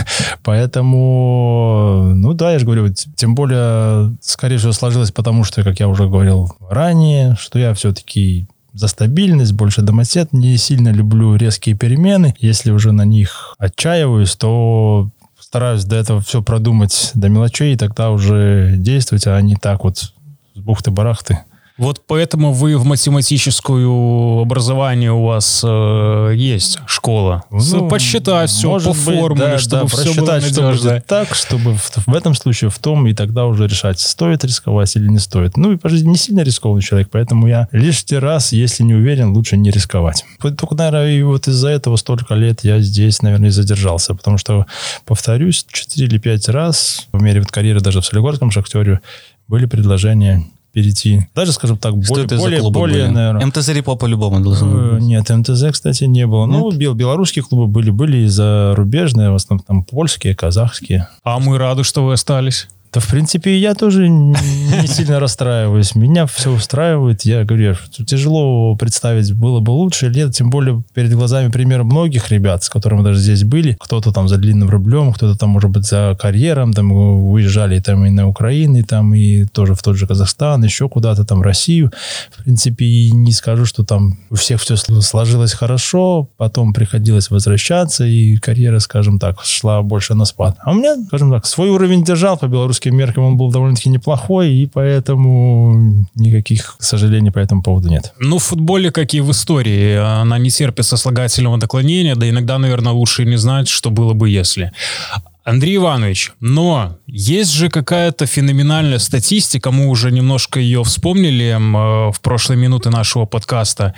Поэтому, ну да, я же говорю, тем более, скорее всего, сложилось потому, что, как я уже говорил ранее, что я все-таки за стабильность, больше домосед, не сильно люблю резкие перемены. Если уже на них отчаиваюсь, то стараюсь до этого все продумать до мелочей, и тогда уже действовать, а не так вот с бухты-барахты. Вот поэтому вы в математическую образование у вас э, есть школа. Ну, посчитать все по формуле, да, чтобы да, все было надежно. Чтобы так, чтобы в, в этом случае, в том, и тогда уже решать, стоит рисковать или не стоит. Ну, и не сильно рискованный человек, поэтому я лишний раз, если не уверен, лучше не рисковать. Только, наверное, и вот из-за этого столько лет я здесь, наверное, и задержался, потому что, повторюсь, четыре или пять раз в мере вот карьеры даже в Солигорском «Шахтере» были предложения перейти. Даже, скажем так, что более, это более, за более, наверное... МТЗ Репо по-любому должен быть. Нет, МТЗ, кстати, не было. Нет? Ну, бел, белорусские клубы были, были и зарубежные, в основном там польские, казахские. А мы рады, что вы остались. Да, в принципе, я тоже не сильно расстраиваюсь. Меня все устраивает. Я говорю, что тяжело представить было бы лучше лет, тем более перед глазами пример многих ребят, с которыми даже здесь были. Кто-то там за длинным рублем, кто-то там, может быть, за карьером, там уезжали там и на Украину, и там и тоже в тот же Казахстан, еще куда-то там Россию. В принципе, не скажу, что там у всех все сложилось хорошо, потом приходилось возвращаться, и карьера, скажем так, шла больше на спад. А у меня, скажем так, свой уровень держал по белорусским меркам, он был довольно-таки неплохой, и поэтому никаких сожалений по этому поводу нет. Ну, в футболе, как и в истории, она не терпит сослагательного наклонения, да иногда, наверное, лучше не знать, что было бы, если... Андрей Иванович, но есть же какая-то феноменальная статистика, мы уже немножко ее вспомнили э, в прошлые минуты нашего подкаста.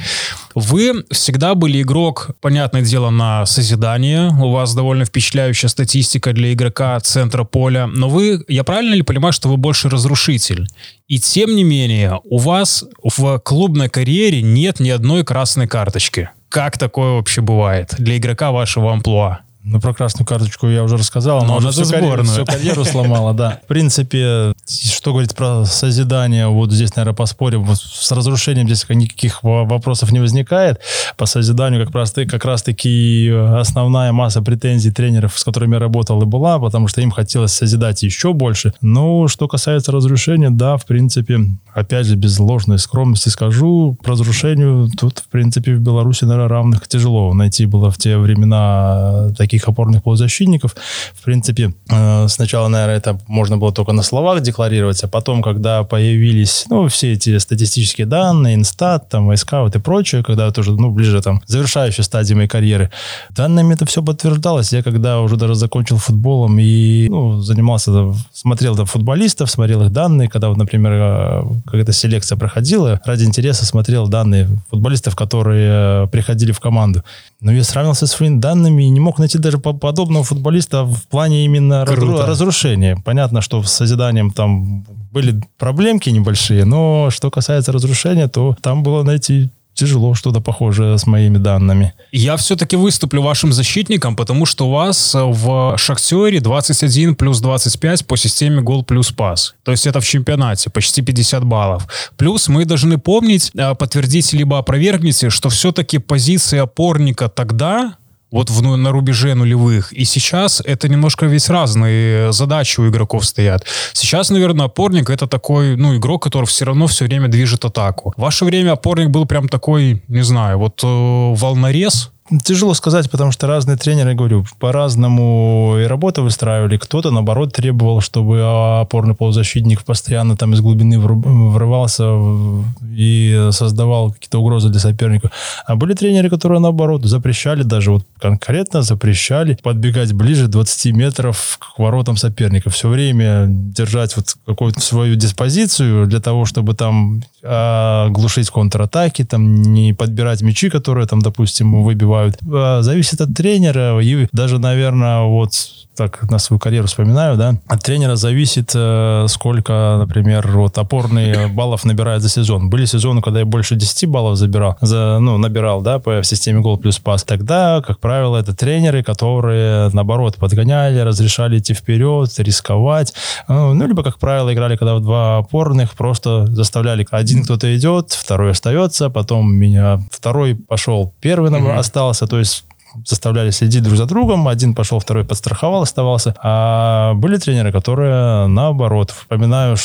Вы всегда были игрок, понятное дело, на созидание, у вас довольно впечатляющая статистика для игрока центра поля, но вы, я правильно ли понимаю, что вы больше разрушитель? И тем не менее, у вас в клубной карьере нет ни одной красной карточки. Как такое вообще бывает для игрока вашего амплуа? Ну, про красную карточку я уже рассказал. Но она всю карьеру, всю карьеру сломала, да. В принципе, что говорить про созидание, вот здесь, наверное, поспорим. Вот с разрушением здесь никаких вопросов не возникает. По созиданию как раз, как раз таки основная масса претензий тренеров, с которыми я работал, и была, потому что им хотелось созидать еще больше. Но что касается разрушения, да, в принципе, опять же, без ложной скромности скажу, по разрушению тут, в принципе, в Беларуси, наверное, равных тяжело найти было в те времена таких опорных полузащитников. В принципе, э, сначала, наверное, это можно было только на словах декларировать, а потом, когда появились, ну, все эти статистические данные, Инстат, там, Вайскаут и прочее, когда тоже, ну, ближе, там, завершающей стадии моей карьеры, данными это все подтверждалось. Я когда уже даже закончил футболом и, ну, занимался, смотрел там, футболистов, смотрел их данные, когда, вот, например, какая-то селекция проходила, ради интереса смотрел данные футболистов, которые приходили в команду. Но я сравнился с своими данными и не мог найти даже подобного футболиста в плане именно разру- разрушения. Понятно, что с созиданием там были проблемки небольшие, но что касается разрушения, то там было найти тяжело что-то похожее с моими данными. Я все-таки выступлю вашим защитником, потому что у вас в «Шахтере» двадцать один плюс двадцать пять по системе гол плюс пас. То есть это в чемпионате, почти пятьдесят баллов. Плюс мы должны помнить, подтвердите либо опровергните, что все-таки позиция опорника тогда... вот в, на рубеже нулевых. И сейчас это немножко ведь разные задачи у игроков стоят. Сейчас, наверное, опорник это такой, ну, игрок, который все равно все время движет атаку. В ваше время опорник был прям такой, не знаю, вот э, волнорез. Тяжело сказать, потому что разные тренеры, говорю, по-разному и работу выстраивали. Кто-то, наоборот, требовал, чтобы опорный полузащитник постоянно там из глубины врывался и создавал какие-то угрозы для соперника. А были тренеры, которые, наоборот, запрещали, даже вот конкретно запрещали подбегать ближе двадцати метров к воротам соперника. Все время держать вот какую-то свою диспозицию для того, чтобы там глушить контратаки, там не подбирать мячи, которые там, допустим, выбивают. Зависит от тренера и даже, наверное, вот так на свою карьеру вспоминаю, да, от тренера зависит, э, сколько, например, вот опорные баллов набирает за сезон. Были сезоны, когда я больше десять баллов забирал, за, ну, набирал, да, по в системе гол плюс пас. Тогда, как правило, это тренеры, которые, наоборот, подгоняли, разрешали идти вперед, рисковать. Ну, ну, либо, как правило, играли, когда в два опорных, просто заставляли, один кто-то идет, второй остается, потом меня второй пошел, первый mm-hmm. остался, то есть заставляли следить друг за другом. Один пошел, второй подстраховал, оставался. А были тренеры, которые наоборот. Вспоминаю,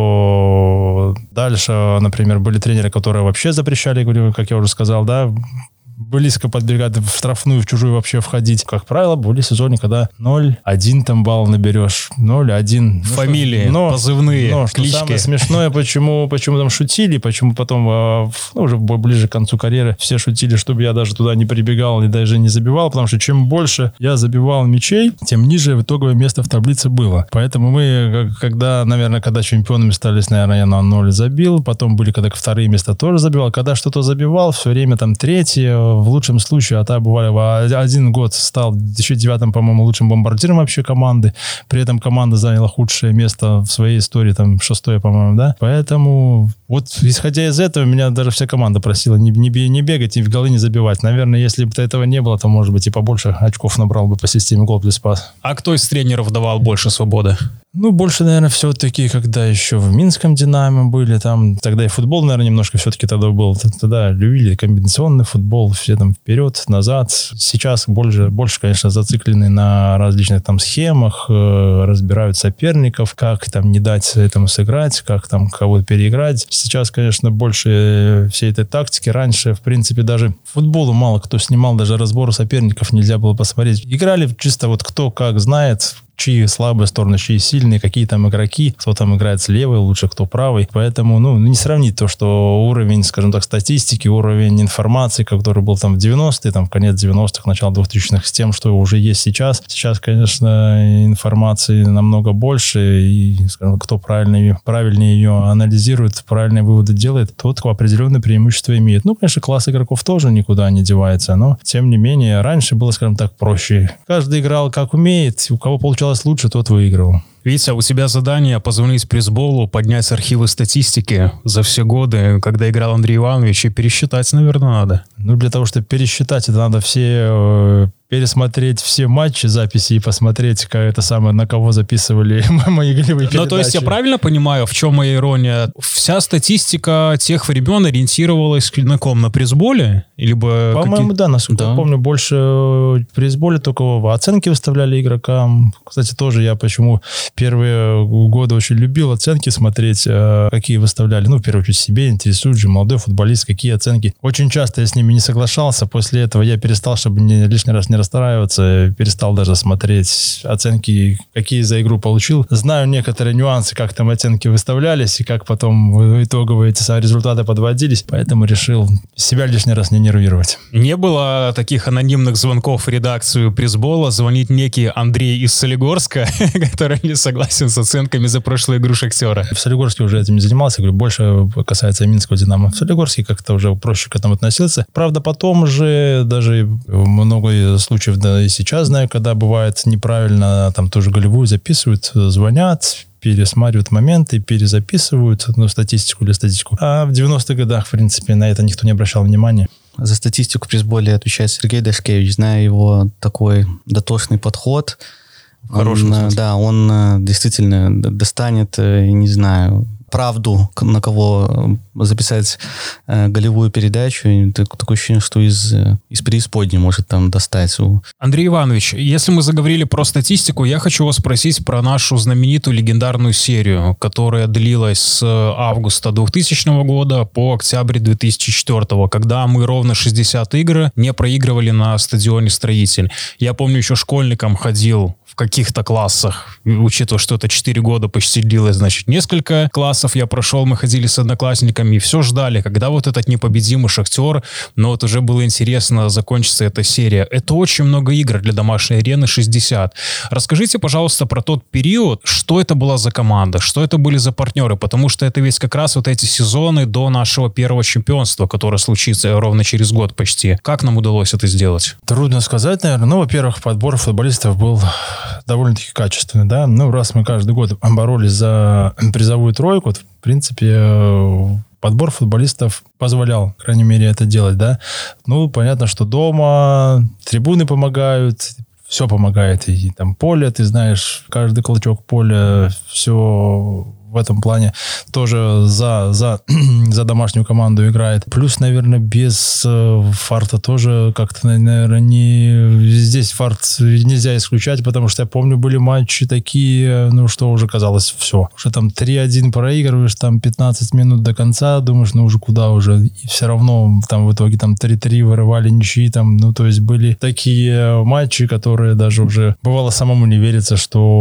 что дальше, например, были тренеры, которые вообще запрещали, как я уже сказал, да, близко подбегать в штрафную, в чужую вообще входить. Как правило, были сезоны, когда ноль один там балл наберешь, ноль один. Фамилии, но, позывные, но, клички. Что самое смешное, почему, почему там шутили, почему потом, ну, уже ближе к концу карьеры, все шутили, чтобы я даже туда не прибегал и даже не забивал, потому что чем больше я забивал мячей, тем ниже итоговое место в таблице было. Поэтому мы, когда, наверное, когда чемпионами стали, наверное, я на ноль забил, потом были, когда вторые места тоже забивал. Когда что-то забивал, все время там третье, в лучшем случае, а так бывали, один год стал в две тысячи девятом, по-моему, лучшим бомбардиром вообще команды. При этом команда заняла худшее место в своей истории, там, шестое, по-моему, да. Поэтому вот, исходя из этого, меня даже вся команда просила не, не, не бегать и в голы не забивать. Наверное, если бы этого не было, то, может быть, и побольше очков набрал бы по системе гол плюс пас. А кто из тренеров давал больше свободы? Ну, больше, наверное, все-таки, когда еще в Минском «Динамо» были, там, тогда и футбол, наверное, немножко все-таки тогда был. Тогда любили комбинационный футбол, все там вперед, назад. Сейчас больше, больше, конечно, зациклены на различных там схемах, э, разбирают соперников, как там не дать этому сыграть, как там кого-то переиграть. Сейчас, конечно, больше всей этой тактики. Раньше, в принципе, даже футболу мало кто снимал, даже разбору соперников нельзя было посмотреть. Играли чисто вот кто как знает, чьи слабые стороны, чьи сильные, какие там игроки, кто там играет с левой, лучше кто правый. Поэтому, ну, не сравнить то, что уровень, скажем так, статистики, уровень информации, который был там в девяностые, там в конец девяностых, начало двухтысячных, с тем, что уже есть сейчас. Сейчас, конечно, информации намного больше, и, скажем, кто правильно, правильнее ее анализирует, правильные выводы делает, тот определенное преимущество имеет. Ну, конечно, класс игроков тоже никуда не девается, но, тем не менее, раньше было, скажем так, проще. Каждый играл как умеет, у кого получалось лучше, тот выигрывал. Витя, у тебя задание позвонить пресс-болу, поднять архивы статистики за все годы, когда играл Андрей Иванович, и пересчитать, наверное, надо. Ну, для того, чтобы пересчитать, это надо все... Э, пересмотреть все матчи, записи и посмотреть, как это самое, на кого записывали мои голевые передачи. Ну, то есть я правильно понимаю, в чем моя ирония? Вся статистика тех времен ориентировалась на ком? На пресс-боле? Либо По-моему, какие... да, насколько да. я помню, больше в пресс-боле только оценки выставляли игрокам. Кстати, тоже я почему первые годы очень любил оценки смотреть, какие выставляли. Ну, в первую очередь, себе интересует же молодой футболист, какие оценки. Очень часто я с ними не соглашался. После этого я перестал, чтобы не, лишний раз не расстраиваться, перестал даже смотреть оценки, какие за игру получил. Знаю некоторые нюансы, как там оценки выставлялись и как потом итоговые эти результаты подводились, поэтому решил себя лишний раз не нервировать. Не было таких анонимных звонков в редакцию пресс-бола, звонит некий Андрей из Солигорска, который не согласен с оценками за прошлую игру Шахтера. В Солигорске уже этим не занимался, говорю, больше касается Минского «Динамо». В Солигорске как-то уже проще к этому относился. Правда, потом же даже много случаев, да, и сейчас знаю, когда бывает неправильно, там тоже голевую записывают, звонят, пересматривают моменты, перезаписывают, ну, статистику или статистику. А в девяностых годах, в принципе, на это никто не обращал внимания. За статистику в пресс-боле отвечает Сергей Дашкевич. Знаю его такой дотошный подход. Хороший он, да, он действительно достанет, не знаю, правду, на кого записать э, голевую передачу. И такое ощущение, что из, из преисподней может там достать. Андрей Иванович, если мы заговорили про статистику, я хочу вас спросить про нашу знаменитую легендарную серию, которая длилась с августа двухтысячного года по октябрь две тысячи четвёртого, когда мы ровно шестьдесят игр не проигрывали на стадионе «Строитель». Я помню, еще школьником ходил в каких-то классах, учитывая, что это четыре года почти длилось, значит, несколько классов я прошел, мы ходили с одноклассниками, и все ждали, когда вот этот непобедимый Шахтер, но вот уже было интересно, закончится эта серия. Это очень много игр для домашней арены, шестьдесят. Расскажите, пожалуйста, про тот период, что это была за команда, что это были за партнеры, потому что это ведь как раз вот эти сезоны до нашего первого чемпионства, которое случится ровно через год почти. Как нам удалось это сделать? Трудно сказать, наверное. Ну, во-первых, подбор футболистов был довольно-таки качественный, да. Ну, раз мы каждый год боролись за призовую тройку, в принципе, подбор футболистов позволял, по крайней мере, это делать, да. Ну, понятно, что дома трибуны помогают, все помогает. И там поле, ты знаешь, каждый клочок поля, все в этом плане тоже за, за, за домашнюю команду играет. Плюс, наверное, без э, фарта тоже как-то, наверное, не... Здесь фарт нельзя исключать, потому что я помню, были матчи такие, ну, что уже казалось все. Уже там три один проигрываешь, там пятнадцать минут до конца, думаешь, ну, уже куда уже? И все равно там в итоге там три три вырывали ничьи, там, ну, то есть были такие матчи, которые даже уже бывало самому не верится,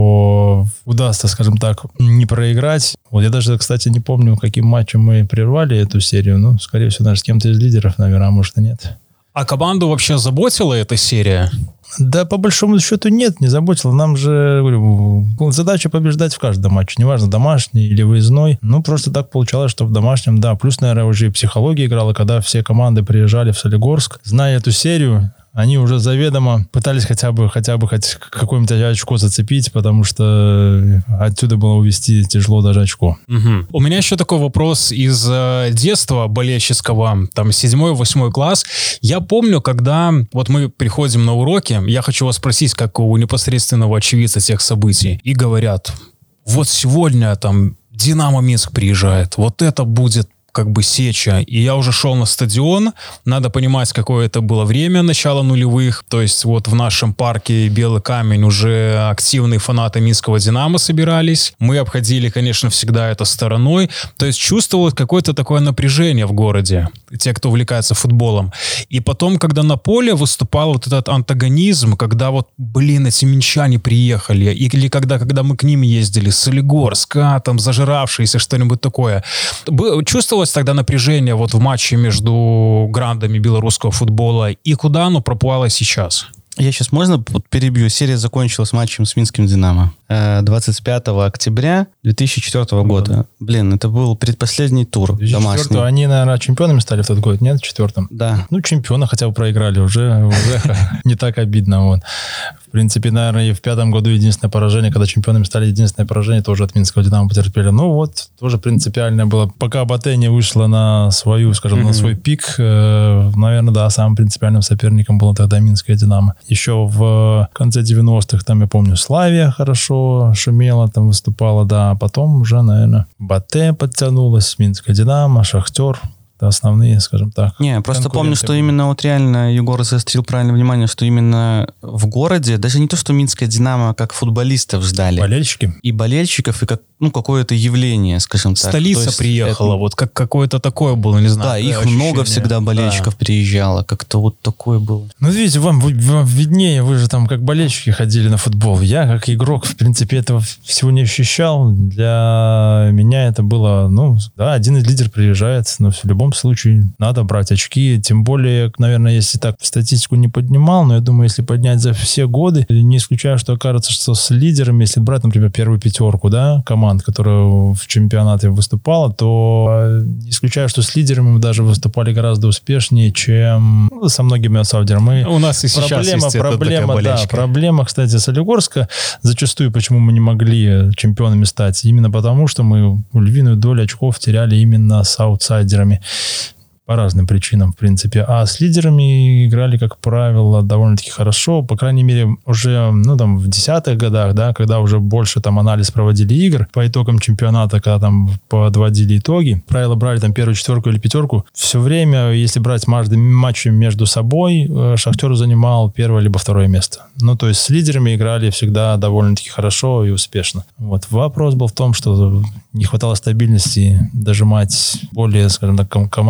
что удастся, скажем так, не проиграть. Вот я даже, кстати, не помню, каким матчем мы прервали эту серию. Ну, скорее всего, даже с кем-то из лидеров, наверное, а может и нет. А команду вообще заботила эта серия? Да, по большому счету, нет, не заботила. Нам же, говорю, задача побеждать в каждом матче. Неважно, домашний или выездной. Ну, просто так получалось, что в домашнем, да. Плюс, наверное, уже и психология играла, когда все команды приезжали в Солигорск. Зная эту серию, они уже заведомо пытались хотя бы, хотя бы хоть какое-нибудь очко зацепить, потому что отсюда было увести тяжело даже очко. Угу. У меня еще такой вопрос из э, детства болельческого, там, седьмой-восьмой класс. Я помню, когда вот мы приходим на уроки, я хочу вас спросить, как у непосредственного очевидца тех событий, и говорят, вот сегодня там Динамо Минск приезжает, вот это будет как бы сеча. И я уже шел на стадион. Надо понимать, какое это было время, начало нулевых. То есть вот в нашем парке Белый камень уже активные фанаты минского Динамо собирались. Мы обходили, конечно, всегда это стороной. То есть чувствовалось какое-то такое напряжение в городе. Те, кто увлекается футболом. И потом, когда на поле выступал вот этот антагонизм, когда вот, блин, эти минчане приехали. Или когда, когда мы к ним ездили, Солигорск, а, там зажиравшиеся, что-нибудь такое. Чувствовалось тогда напряжение вот в матче между грандами белорусского футбола, и куда оно пропало сейчас? Я сейчас, можно перебью? Серия закончилась матчем с минским «Динамо» двадцать пятого октября две тысячи четвёртого года. Да. Блин, это был предпоследний тур домашний. Они, наверное, чемпионами стали в тот год, нет? В четвертом? Да. Ну, чемпиона хотя бы проиграли, уже, уже не так обидно. Вот. В принципе, наверное, и в пятом году единственное поражение, когда чемпионами стали, единственное поражение тоже от минского «Динамо» потерпели. Ну вот, тоже принципиальное было. Пока Батэ не вышла на свою, скажем, mm-hmm. на свой пик, э, наверное, да, самым принципиальным соперником было тогда минское «Динамо». Еще в конце девяностых, там, я помню, Славия хорошо шумела, там выступала, да, а потом уже, наверное, Батэ подтянулась, минское «Динамо», Шахтер. Это основные, скажем так. Не, просто помню, что именно вот реально Егор заострил правильное внимание, что именно в городе, даже не то, что минское «Динамо», как футболистов ждали. Болельщики. И болельщиков, и как, ну, какое-то явление, скажем так. Столица приехала, это... вот как какое-то такое было, не знаю. Да, их ощущение. Много всегда болельщиков да. приезжало, как-то вот такое было. Ну, видите, вам, вам виднее, вы же там как болельщики ходили на футбол. Я, как игрок, в принципе, этого всего не ощущал. Для меня это было, ну, да, один из лидеров приезжает, но в любом случае надо брать очки. Тем более, наверное, если так статистику не поднимал, но я думаю, если поднять за все годы, не исключаю, что окажется, что с лидерами, если брать, например, первую пятерку, да, команд, которая в чемпионате выступала, то не исключаю, что с лидерами мы даже выступали гораздо успешнее, чем ну, со многими аутсайдерами. Мы... У нас и сейчас проблема, есть проблема, такая да, проблема, кстати, Солигорска зачастую, почему мы не могли чемпионами стать, именно потому, что мы львиную долю очков теряли именно с аутсайдерами. По разным причинам, в принципе. А с лидерами играли, как правило, довольно-таки хорошо. По крайней мере, уже ну, там, в десятых годах, да, когда уже больше там анализ проводили игр по итогам чемпионата, когда там подводили итоги. Правило, брали там первую четверку или пятерку. Все время, если брать матчи между собой, Шахтер занимал первое либо второе место. Ну, то есть с лидерами играли всегда довольно-таки хорошо и успешно. Вот. Вопрос был в том, что не хватало стабильности дожимать более, скажем так, команды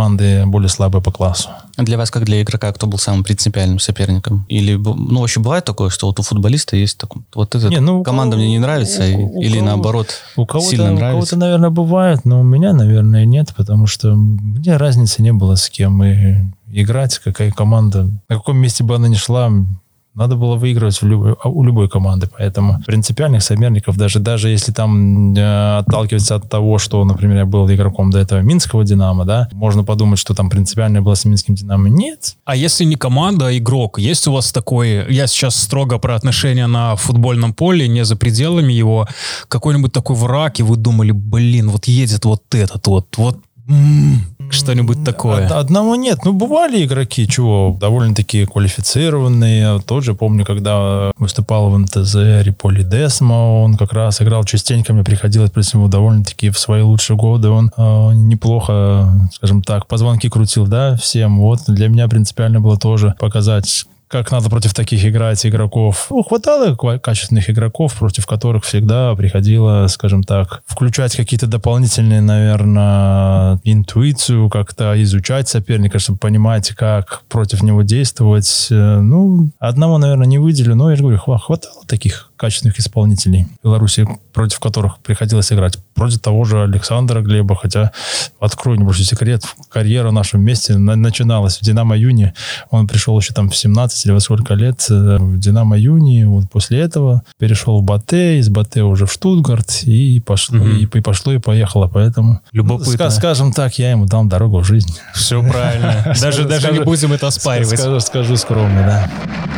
более слабые по классу. Для вас, как для игрока, кто был самым принципиальным соперником? Или, ну, вообще бывает такое, что вот у футболиста есть такой, вот эта не, ну, команда мне не нравится, у, или у наоборот, у кого-то, сильно нравится? У кого-то, наверное, бывает, но у меня, наверное, нет, потому что мне разницы не было, с кем и играть, какая команда, на каком месте бы она ни шла. Надо было выигрывать в любой, у любой команды, поэтому принципиальных соперников, даже, даже если там э, отталкиваться от того, что, например, я был игроком до этого Минского «Динамо», да, можно подумать, что там принципиально было с Минским «Динамо». Нет. А если не команда, а игрок, есть у вас такой, я сейчас строго про отношения на футбольном поле, не за пределами его, какой-нибудь такой враг, и вы думали, блин, вот едет вот этот вот, вот, м-м, что-нибудь такое? Од- одного нет. Ну, бывали игроки, чего, довольно-таки квалифицированные. Тот же, помню, когда выступал в эн тэ зэ Риполи Десмо, он как раз играл частенько, мне приходилось при нему довольно-таки в свои лучшие годы. Он э, неплохо, скажем так, позвонки крутил, да, всем. Вот для меня принципиально было тоже показать, как надо против таких играть игроков. Ну, хватало качественных игроков, против которых всегда приходило, скажем так, включать какие-то дополнительные, наверное, интуицию, как-то изучать соперника, чтобы понимать, как против него действовать. Ну, одного, наверное, не выделю, но, я же говорю, хватало таких качественных исполнителей в Беларуси, против которых приходилось играть. Против того же Александра Глеба, хотя, открою небольшой секрет, карьера наша вместе начиналась в «Динамо Юни». Он пришел еще там в семнадцать или во сколько лет в «Динамо Юни». Вот после этого перешел в Батэ, из Батэ уже в Штутгарт, и пошло, mm-hmm. и, и пошло, и поехало. Поэтому, любопытно. Скажем так, я ему дам дорогу в жизнь. Все правильно. Даже даже не будем это оспаривать. Скажу скромно, да.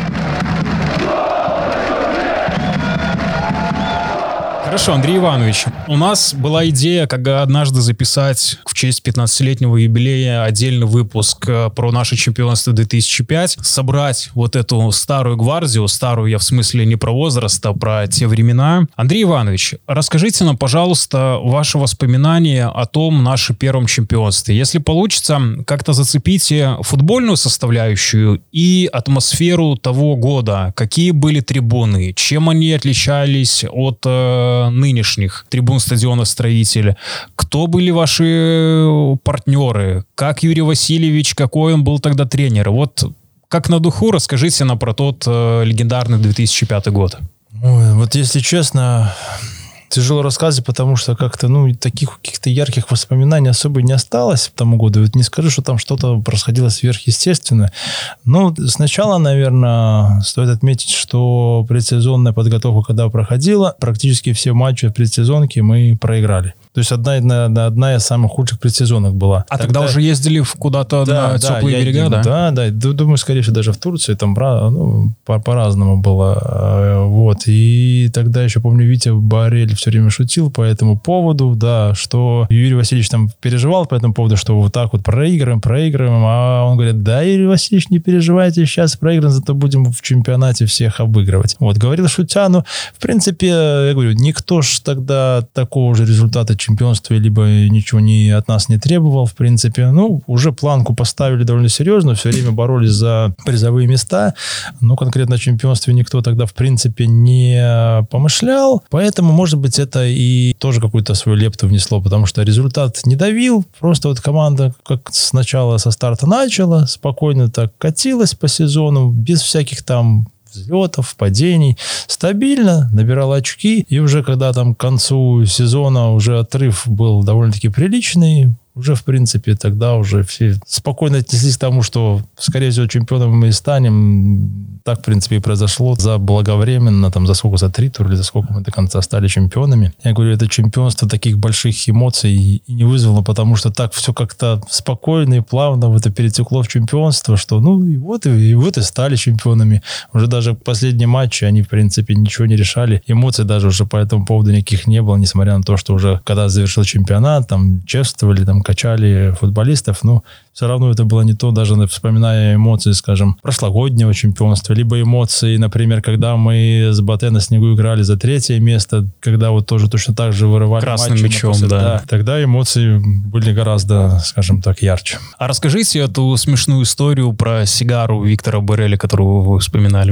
Хорошо, Андрей Иванович, у нас была идея, когда однажды записать в честь пятнадцатилетнего юбилея отдельный выпуск про наше чемпионство две тысячи пятого, собрать вот эту старую гвардию, старую я в смысле не про возраст, а про те времена. Андрей Иванович, расскажите нам, пожалуйста, ваши воспоминания о том нашем первом чемпионстве. Если получится, как-то зацепите футбольную составляющую и атмосферу того года. Какие были трибуны, чем они отличались от э, нынешних трибун стадиона «Строитель». Кто были ваши партнеры? Как Юрий Васильевич, какой он был тогда тренер? Вот как на духу расскажите нам про тот э, легендарный две тысячи пятый год. Ой, вот если честно, тяжело рассказывать, потому что как-то, ну, таких каких-то ярких воспоминаний особо не осталось к тому году. Вот не скажу, что там что-то происходило сверхъестественное. Ну, сначала, наверное, стоит отметить, что предсезонная подготовка, когда проходила, практически все матчи в предсезонке мы проиграли. То есть одна, одна, одна из самых худших предсезонок была. А тогда, тогда уже ездили в куда-то да, на да, теплые я, берега, да? Да, да. Думаю, скорее всего, даже в Турции там ну, по- по-разному было. Вот. И тогда еще, помню, Витя Барель все время шутил по этому поводу, да, что Юрий Васильевич там переживал по этому поводу, что вот так вот проигрываем, проигрываем. А он говорит, да, Юрий Васильевич, не переживайте, сейчас проиграем, зато будем в чемпионате всех обыгрывать. Вот. Говорил шутя, но, в принципе, я говорю, никто ж тогда такого же результата чемпионстве, либо ничего не, от нас не требовал, в принципе. Ну, уже планку поставили довольно серьезно, все время боролись за призовые места, но конкретно о чемпионстве никто тогда, в принципе, не помышлял, поэтому, может быть, это и тоже какую-то свою лепту внесло, потому что результат не давил, просто вот команда как сначала со старта начала, спокойно так катилась по сезону, без всяких там взлетов, падений, стабильно набирал очки, и уже когда там к концу сезона уже отрыв был довольно-таки приличный, уже, в принципе, тогда уже все спокойно отнеслись к тому, что, скорее всего, чемпионом мы и станем. Так, в принципе, и произошло заблаговременно, там, за сколько, за три тура или за сколько мы до конца стали чемпионами. Я говорю, это чемпионство таких больших эмоций и не вызвало, потому что так все как-то спокойно и плавно вот это перетекло в чемпионство, что, ну, и вот, и, и вот и стали чемпионами. Уже даже последние матчи, они, в принципе, ничего не решали. Эмоций даже уже по этому поводу никаких не было, несмотря на то, что уже, когда завершил чемпионат, там, чествовали, там, качали футболистов, но все равно это было не то, даже вспоминая эмоции, скажем, прошлогоднего чемпионства, либо эмоции, например, когда мы с Батэ на снегу играли за третье место, когда вот тоже точно так же вырывали красным матчи, мячом, после, да. да. Тогда эмоции были гораздо, скажем так, ярче. А расскажите эту смешную историю про сигару Виктора Бареля, которую вы вспоминали уже.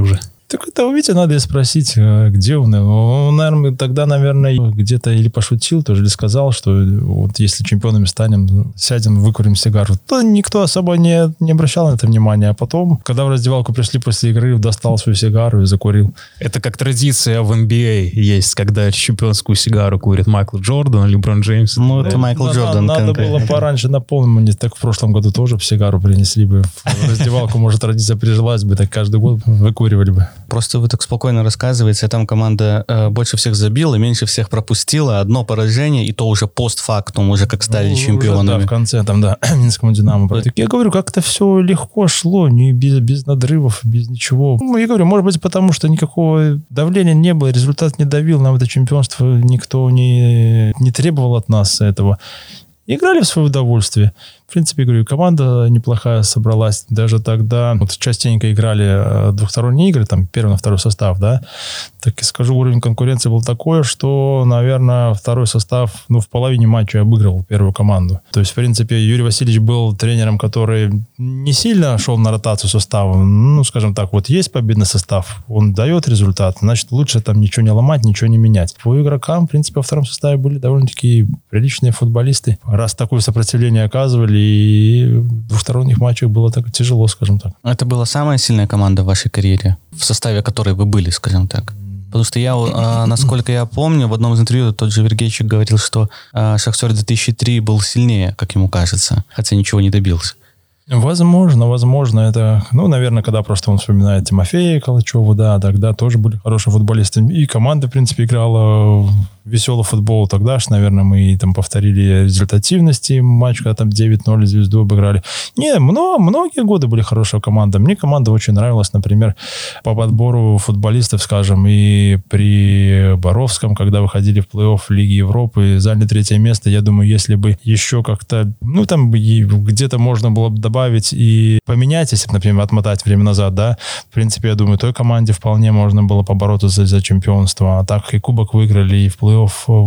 Так это у Вити надо и спросить, где он. Он, наверное, тогда, наверное, где-то или пошутил тоже, или сказал, что вот если чемпионами станем, сядем, выкурим сигару. То никто особо не, не обращал на это внимания. А потом, когда в раздевалку пришли после игры, достал свою сигару и закурил. Это как традиция в эн би эй есть, когда чемпионскую сигару курит Майкл Джордан, Леброн Джеймс. Ну, это Майкл надо, Джордан. Надо конкретно. было пораньше напомнить. Мне так в прошлом году тоже в сигару принесли бы. В раздевалку, может, традиция прижилась бы, так каждый год выкуривали бы. Просто вы так спокойно рассказываете, а там команда э, больше всех забила, меньше всех пропустила, одно поражение, и то уже постфактум, уже как стали ну, чемпионами. Уже, да, в конце, там, да, Минскому Динамо. Так я говорю, как-то все легко шло, не без, без надрывов, без ничего. Ну, я говорю, может быть, потому что никакого давления не было, результат не давил, нам это чемпионство никто не, не требовал от нас этого. Играли в свое удовольствие. В принципе, говорю, команда неплохая собралась. Даже тогда вот частенько играли двухсторонние игры, там первый на второй состав, да. Так и скажу, уровень конкуренции был такой, что, наверное, второй состав, ну, в половине матча обыгрывал первую команду. То есть, в принципе, Юрий Васильевич был тренером, который не сильно шел на ротацию состава. Ну, скажем так, вот есть победный состав, он дает результат, значит, лучше там ничего не ломать, ничего не менять. По игрокам, в принципе, во втором составе были довольно-таки приличные футболисты. Раз такое сопротивление оказывали, и в двухсторонних матчах было так тяжело, скажем так. Это была самая сильная команда в вашей карьере, в составе которой вы были, скажем так? Потому что я, а, насколько я помню, в одном из интервью тот же Вергейчик говорил, что а, Шахтер две тысячи три был сильнее, как ему кажется, хотя ничего не добился. Возможно, возможно, это, ну, наверное, когда просто он вспоминает Тимофея Калачева, да, тогда тоже были хорошие футболисты. И команда, в принципе, играла веселый футбол. Тогда же, наверное, мы там повторили результативности матч, когда там девять ноль Звезду обыграли. Не, много, многие годы были хорошая команда. Мне команда очень нравилась, например, по подбору футболистов, скажем, и при Боровском, когда выходили в плей-офф Лиги Европы, заняли третье место. Я думаю, если бы еще как-то, ну, там где-то можно было бы добавить и поменять, если бы, например, отмотать время назад, да, в принципе, я думаю, той команде вполне можно было побороться за, за чемпионство. А так и кубок выиграли, и в плей-офф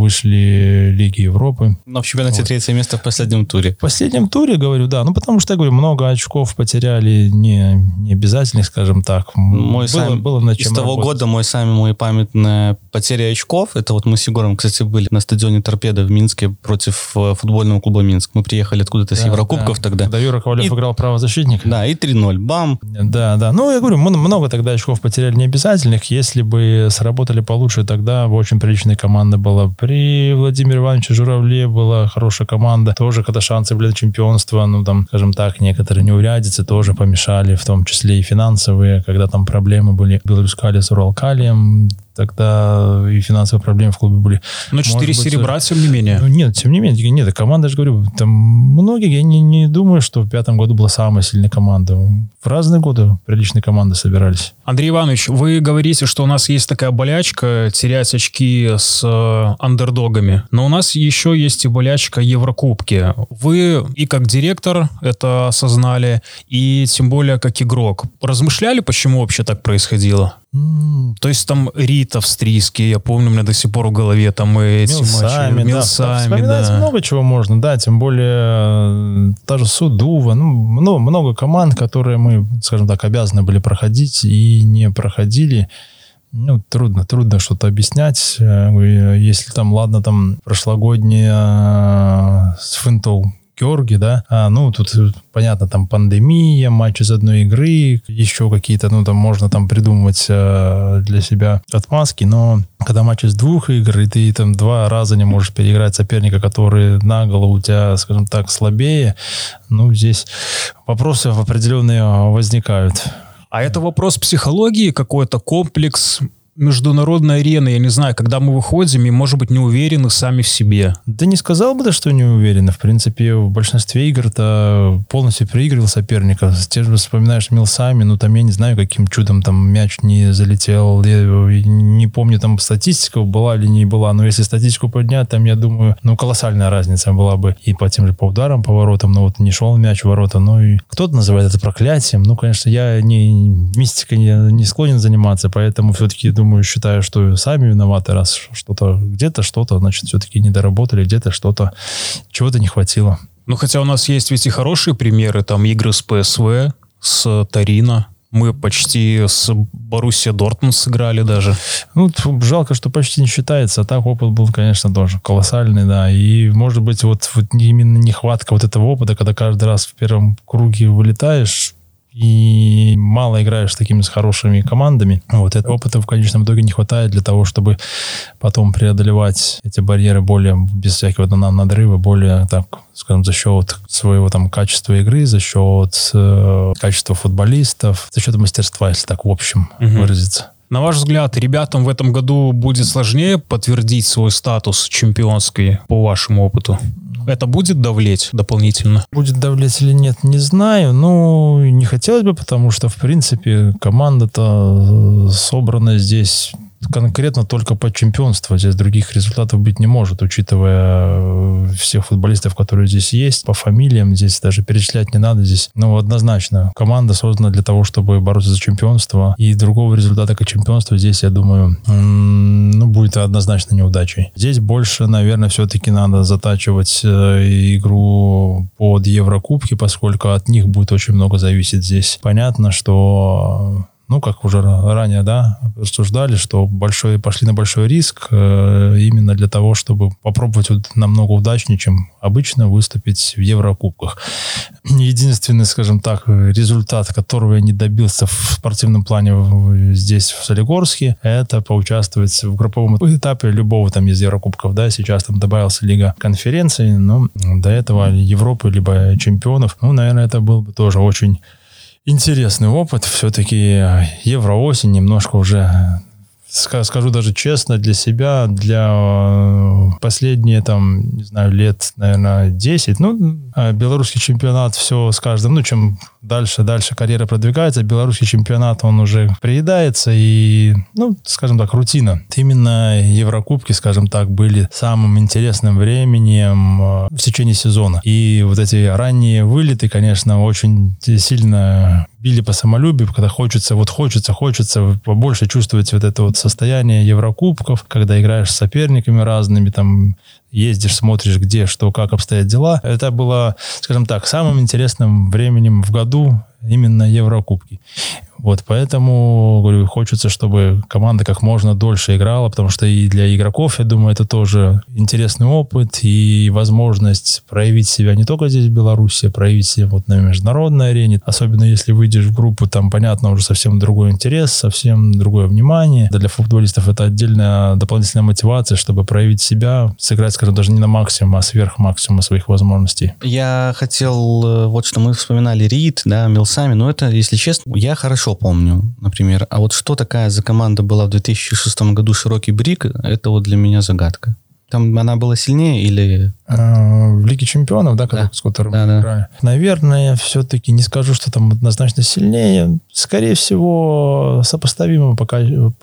вышли Лиги Европы. Но в чемпионате вот. Третье место в последнем туре. В последнем туре, говорю, да. Ну, потому что, я говорю, много очков потеряли, не, не обязательных, скажем так. Мой было, сам, было над чем из того работать. года мой самый мой памятная потеря очков, это вот мы с Егором, кстати, были на стадионе «Торпедо» в Минске против футбольного клуба «Минск». Мы приехали откуда-то да, с Еврокубков да. тогда. Когда Юра Ковалев и... играл правозащитника. Да, и три ноль. Бам! Да, да. Ну, я говорю, много тогда очков потеряли необязательных. Если бы сработали получше, тогда бы очень приличная команда была. При Владимире Ивановиче Журавле была хорошая команда. Тоже, когда шансы были на чемпионство, ну, там, скажем так, некоторые неурядицы тоже помешали, в том числе и финансовые, когда там проблемы были. Белорусскали с Уралкалием, тогда и финансовые проблемы в клубе были. Но четыре серебра, тем не менее. Ну, нет, тем не менее. Нет, команда, я же говорю, там многие, я не, не думаю, что в пятом году была самая сильная команда. В разные годы приличные команды собирались. Андрей Иванович, вы говорите, что у нас есть такая болячка терять очки с э, андердогами, но у нас еще есть и болячка Еврокубки. Вы и как директор это осознали, и тем более как игрок. Размышляли, почему вообще так происходило? Mm. То есть там Рит австрийский, я помню, у меня до сих пор в голове там эти Милсами, матчи. Да. Милсами, Вспоминать да. много чего можно, да, тем более даже Судува, ну, много, много команд, которые мы, скажем так, обязаны были проходить и не проходили. Ну, трудно, трудно что-то объяснять. Если там, ладно, там прошлогодняя с Финтол Георгий, да, а, ну, тут, понятно, там пандемия, матч из одной игры, еще какие-то, ну, там можно там придумывать э, для себя отмазки, но когда матч из двух игр, и ты там два раза не можешь переиграть соперника, который на голову у тебя, скажем так, слабее, ну, здесь вопросы определенные возникают. А это вопрос психологии, какой-то комплекс международной арены, я не знаю, когда мы выходим и, может быть, не уверены сами в себе. Да не сказал бы, да, что не уверены. В принципе, в большинстве игр-то полностью переигрывал соперника. Те же вспоминаешь Милсами, ну там я не знаю, каким чудом там мяч не залетел. Я не помню, там статистика была или не была, но если статистику поднять, там, я думаю, ну колоссальная разница была бы и по тем же по ударам, по воротам, но вот не шел мяч в ворота. Ну и кто-то называет это проклятием. Ну, конечно, я не мистикой не, не склонен заниматься, поэтому все-таки думаю, Думаю, считаю, что сами виноваты, раз что-то где-то что-то, значит, все-таки не доработали, где-то что-то, чего-то не хватило. Ну, хотя у нас есть ведь и хорошие примеры, там игры с ПСВ, с Торино. Мы почти с Боруссия Дортмунд сыграли даже. Ну, жалко, что почти не считается. А так опыт был, конечно, тоже колоссальный, да. И, может быть, вот, вот именно нехватка вот этого опыта, когда каждый раз в первом круге вылетаешь и мало играешь с такими с хорошими командами. Вот этого опыта в конечном итоге не хватает для того, чтобы потом преодолевать эти барьеры более без всякого надрыва, более, так скажем, за счет своего там качества игры, за счет э, качества футболистов, за счет мастерства, если так в общем угу. выразиться. На ваш взгляд, ребятам в этом году будет сложнее подтвердить свой статус чемпионский по вашему опыту? Это будет давлеть дополнительно? Будет давлеть или нет, не знаю. Но не хотелось бы, потому что, в принципе, команда-то собрана здесь конкретно только по чемпионству. Здесь других результатов быть не может, учитывая всех футболистов, которые здесь есть. По фамилиям здесь даже перечислять не надо. Здесь, ну, однозначно, команда создана для того, чтобы бороться за чемпионство. И другого результата, как чемпионство, здесь, я думаю, ну, будет однозначно неудачей. Здесь больше, наверное, все-таки надо затачивать игру под Еврокубки, поскольку от них будет очень много зависеть здесь. Понятно, что... Ну, как уже ранее, да, рассуждали, что большой, пошли на большой риск э, именно для того, чтобы попробовать намного удачнее, чем обычно выступить в Еврокубках. Единственный, скажем так, результат, которого я не добился в спортивном плане здесь, в Солигорске, это поучаствовать в групповом этапе любого там из Еврокубков, да, сейчас там добавилась Лига конференций, но до этого Европы, либо чемпионов, ну, наверное, это был бы тоже очень интересный опыт. Все-таки Евро-осень немножко уже, скажу даже честно, для себя, для последние, там, не знаю, лет, наверное, десять. Ну, белорусский чемпионат все с каждым, ну, чем дальше, дальше карьера продвигается, белорусский чемпионат, он уже приедается, и, ну, скажем так, рутина. Именно Еврокубки, скажем так, были самым интересным временем в течение сезона. И вот эти ранние вылеты, конечно, очень сильно били по самолюбию, когда хочется, вот хочется, хочется побольше чувствовать вот это вот состояние Еврокубков, когда играешь с соперниками разными, там, ездишь, смотришь, где, что, как обстоят дела. Это было, скажем так, самым интересным временем в году именно Еврокубки. Вот, поэтому, говорю, хочется, чтобы команда как можно дольше играла, потому что и для игроков, я думаю, это тоже интересный опыт и возможность проявить себя не только здесь, в Беларуси, а проявить себя вот на международной арене. Особенно если выйдешь в группу, там, понятно, уже совсем другой интерес, совсем другое внимание. Да, для футболистов это отдельная дополнительная мотивация, чтобы проявить себя, сыграть, скажем, даже не на максимум, а сверх максимума своих возможностей. Я хотел, вот что мы вспоминали Рид, да, Милсами, но это, если честно, я хорошо помню, например. А вот что такая за команда была в две тысячи шестом году Широкий Брик, это вот для меня загадка. Там она была сильнее или... В Лиге чемпионов, да, когда, да. с которым да, мы да. играли. Наверное, все-таки не скажу, что там однозначно сильнее. Скорее всего, сопоставимо пока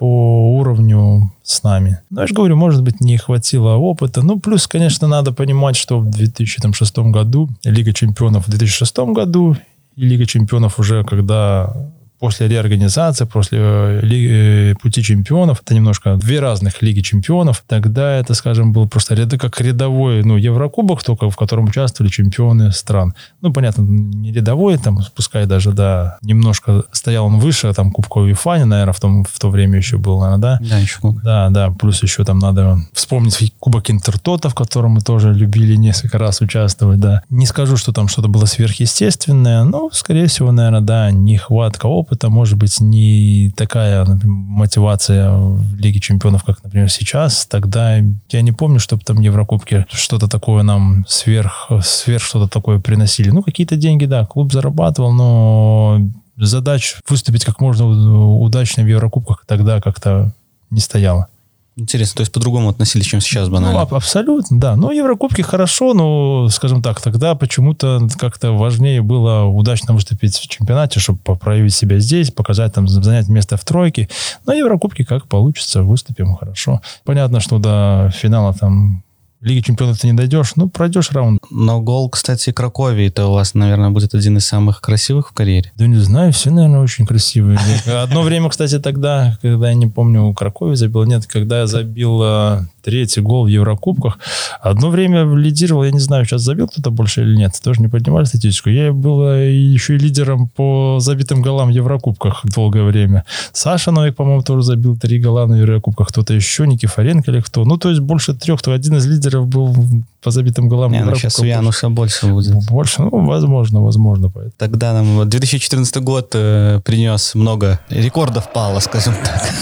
по уровню с нами. Но я же говорю, может быть, не хватило опыта. Ну, плюс, конечно, надо понимать, что в две тысячи шестом году, Лига чемпионов в две тысячи шестом году, и Лига чемпионов уже, когда после реорганизации, после Лиги, Пути чемпионов, это немножко две разных Лиги чемпионов, тогда это, скажем, был просто ряд, как рядовой, ну, Еврокубок, только в котором участвовали чемпионы стран. Ну, понятно, не рядовой, там, пускай даже, да, немножко стоял он выше, там, Кубка УЕФА, наверное, в, том, в то время еще был, наверное, да? Да, еще Кубок. Да, да, плюс еще там надо вспомнить Кубок Интертота, в котором мы тоже любили несколько раз участвовать, да. Не скажу, что там что-то было сверхъестественное, но, скорее всего, наверное, да, нехватка опыта, это может быть не такая, например, мотивация в Лиге чемпионов, как, например, сейчас. Тогда я не помню, чтобы там Еврокубки что-то такое нам сверх, сверх что-то такое приносили. Ну, какие-то деньги, да, клуб зарабатывал, но задач выступить как можно удачно в Еврокубках тогда как-то не стояло. Интересно, то есть по-другому относились, чем сейчас, банально? Ну, абсолютно, да. Ну, Еврокубки хорошо, но, скажем так, тогда почему-то как-то важнее было удачно выступить в чемпионате, чтобы проявить себя здесь, показать там, занять место в тройке. Но Еврокубки как получится, выступим хорошо. Понятно, что до финала там Лиги чемпионов ты не дойдешь, ну, пройдешь раунд. Но гол, кстати, Краковии, это у вас, наверное, будет один из самых красивых в карьере. Да не знаю, все, наверное, очень красивые. Одно время, кстати, тогда, когда я не помню, у Краковии забил, нет, когда я забил третий гол в Еврокубках, одно время лидировал, я не знаю, сейчас забил кто-то больше или нет, тоже не поднимали статистику. Я был еще и лидером по забитым голам в Еврокубках долгое время. Саша Новик, по-моему, тоже забил три гола на Еврокубках, кто-то еще, Никифоренко или кто. Ну, то есть больше трех, то один из лидеров был по забитым голам. Не, ну сейчас у Януша больше будет. Больше? Ну, возможно, возможно. Поэтому. Тогда нам две тысячи четырнадцатый год э, принес много рекордов пало, скажем так.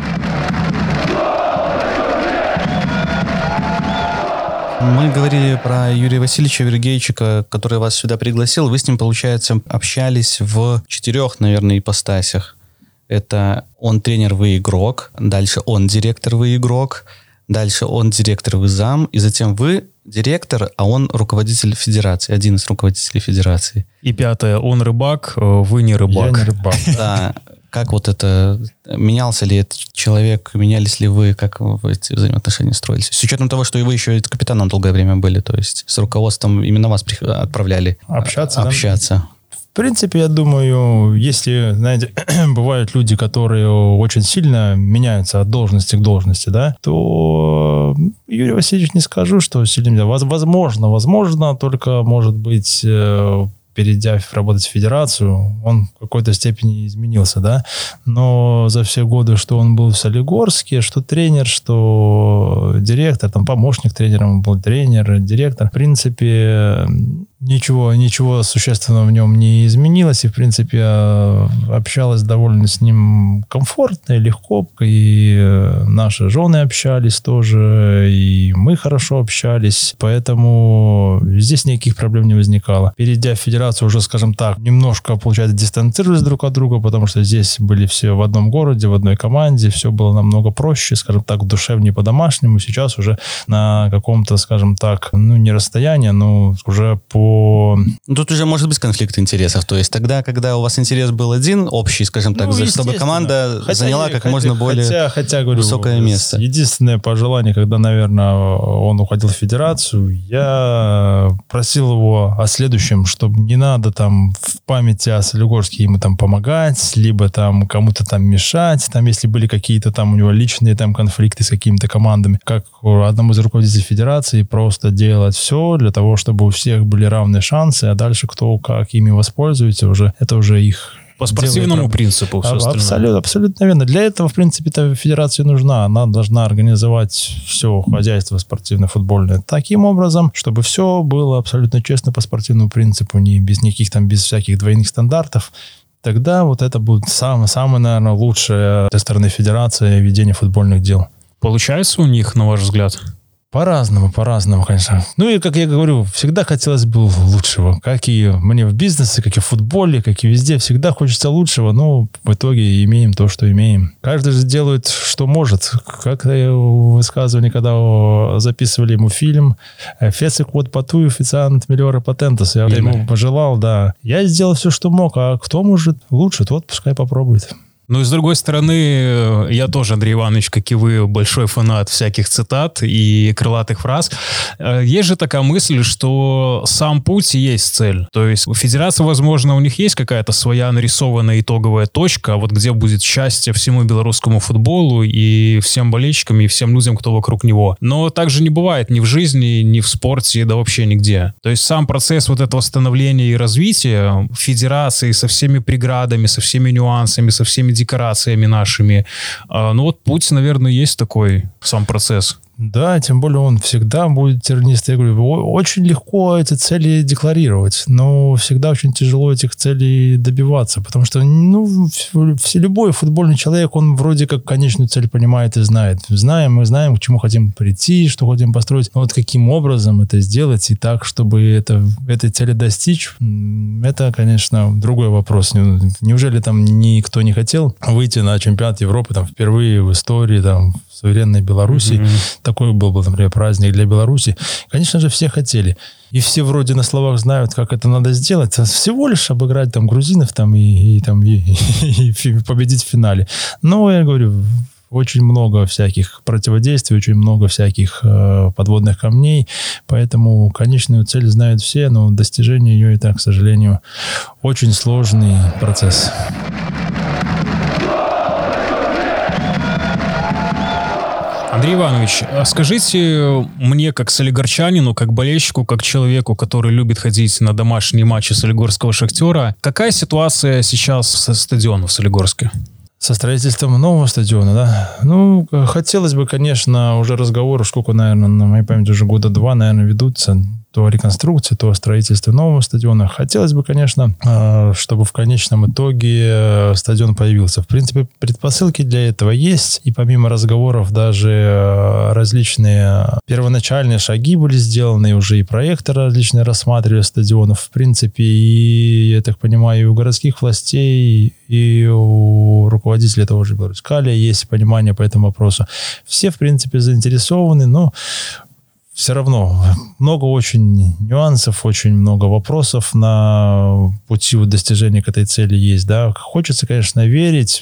Мы говорили про Юрия Васильевича Вергейчика, который вас сюда пригласил. Вы с ним, получается, общались в четырех, наверное, ипостасях. Это он тренер, вы игрок. Дальше он директор, вы игрок. Дальше он директор, вы зам. И затем вы директор, а он руководитель федерации. Один из руководителей федерации. И пятое. Он рыбак, вы не рыбак. Я не рыбак. Да. Как вот это... Менялся ли этот человек? Менялись ли вы? Как эти взаимоотношения строились? С учетом того, что и вы еще и капитаном долгое время были. То есть с руководством именно вас отправляли общаться. общаться. Да? В принципе, я думаю, если, знаете, бывают люди, которые очень сильно меняются от должности к должности, да, то Юрий Васильевич, не скажу, что сильно... Возможно, возможно, только, может быть... перейдя работать в федерацию, он в какой-то степени изменился, да, но за все годы, что он был в Солигорске, что тренер, что директор, там помощник тренера, он был тренер, директор, в принципе, ничего, ничего существенного в нем не изменилось, и, в принципе, общалась довольно с ним комфортно и легко, и наши жены общались тоже, и мы хорошо общались, поэтому здесь никаких проблем не возникало. Перейдя в федерацию, уже, скажем так, немножко, получается, дистанцировались друг от друга, потому что здесь были все в одном городе, в одной команде, все было намного проще, скажем так, душевнее, по-домашнему. Сейчас уже на каком-то, скажем так, ну, не расстоянии, но уже по... Тут уже может быть конфликт интересов. То есть тогда, когда у вас интерес был один, общий, скажем так, ну, чтобы команда хотя, заняла как хотя, можно более хотя, хотя, говорю, высокое место. Единственное пожелание, когда, наверное, он уходил в федерацию, я просил его о следующем, чтобы не надо там в памяти о Солигорске ему там помогать, либо там кому-то там мешать, там если были какие-то там у него личные там конфликты с какими-то командами, как одному из руководителей федерации, просто делать все для того, чтобы у всех были равные шансы, а дальше кто как ими воспользуется, уже это уже их... По спортивному принципу все остальное. Абсолютно, абсолютно верно. Для этого, в принципе, федерация нужна. Она должна организовать все хозяйство спортивно-футбольное таким образом, чтобы все было абсолютно честно по спортивному принципу, не без никаких там, без всяких двойных стандартов. Тогда вот это будет самое, самое, наверное, лучшее со стороны федерации ведение футбольных дел. Получается у них, на ваш взгляд? По-разному, по-разному, конечно. Ну и, как я говорю, всегда хотелось бы лучшего. Как и мне в бизнесе, как и в футболе, как и везде. Всегда хочется лучшего, но в итоге имеем то, что имеем. Каждый же делает, что может. Как высказывали, когда записывали ему фильм «Фецик вот патую, официант миллиора патентас». Я ему пожелал, да. Я сделал все, что мог, а кто может лучше, тот пускай попробует. Ну и с другой стороны, я тоже, Андрей Иванович, как и вы, большой фанат всяких цитат и крылатых фраз. Есть же такая мысль, что сам путь и есть цель. То есть у федерации, возможно, у них есть какая-то своя нарисованная итоговая точка, вот где будет счастье всему белорусскому футболу и всем болельщикам, и всем людям, кто вокруг него. Но так же не бывает ни в жизни, ни в спорте, да вообще нигде. То есть сам процесс вот этого становления и развития федерации со всеми преградами, со всеми нюансами, со всеми декорациями нашими. Ну вот путь, наверное, есть такой сам процесс. Да, тем более он всегда будет тернистый. Я говорю, очень легко эти цели декларировать, но всегда очень тяжело этих целей добиваться, потому что ну, все, любой футбольный человек, он вроде как конечную цель понимает и знает. Знаем, мы знаем, к чему хотим прийти, что хотим построить, но вот каким образом это сделать и так, чтобы это, этой цели достичь, это, конечно, другой вопрос. Неужели там никто не хотел выйти на чемпионат Европы там, впервые в истории, там, в суверенной Беларуси? Mm-hmm. Такой был бы, например, праздник для Беларуси. Конечно же, все хотели. И все вроде на словах знают, как это надо сделать. Всего лишь обыграть там грузинов там, и, и, там, и, и, и победить в финале. Но, я говорю, очень много всяких противодействий, очень много всяких э, подводных камней, поэтому конечную цель знают все, но достижение ее это, к сожалению, очень сложный процесс. Андрей Иванович, скажите мне, как солигорчанину, как болельщику, как человеку, который любит ходить на домашние матчи солигорского «Шахтера», какая ситуация сейчас со стадионом в Солигорске? Со строительством нового стадиона, да? Ну, хотелось бы, конечно, уже разговоры, сколько, наверное, на моей памяти уже года два, наверное, ведутся, то о реконструкции, то о строительстве нового стадиона. Хотелось бы, конечно, чтобы в конечном итоге стадион появился. В принципе, предпосылки для этого есть. И помимо разговоров даже различные первоначальные шаги были сделаны, и уже и проекты различные рассматривали стадионов. В принципе, и, я так понимаю, и у городских властей, и у руководителей того же Беларусь-Калия есть понимание по этому вопросу. Все, в принципе, заинтересованы, но все равно много очень нюансов, очень много вопросов на пути вот достижения к этой цели есть, да. Хочется, конечно, верить,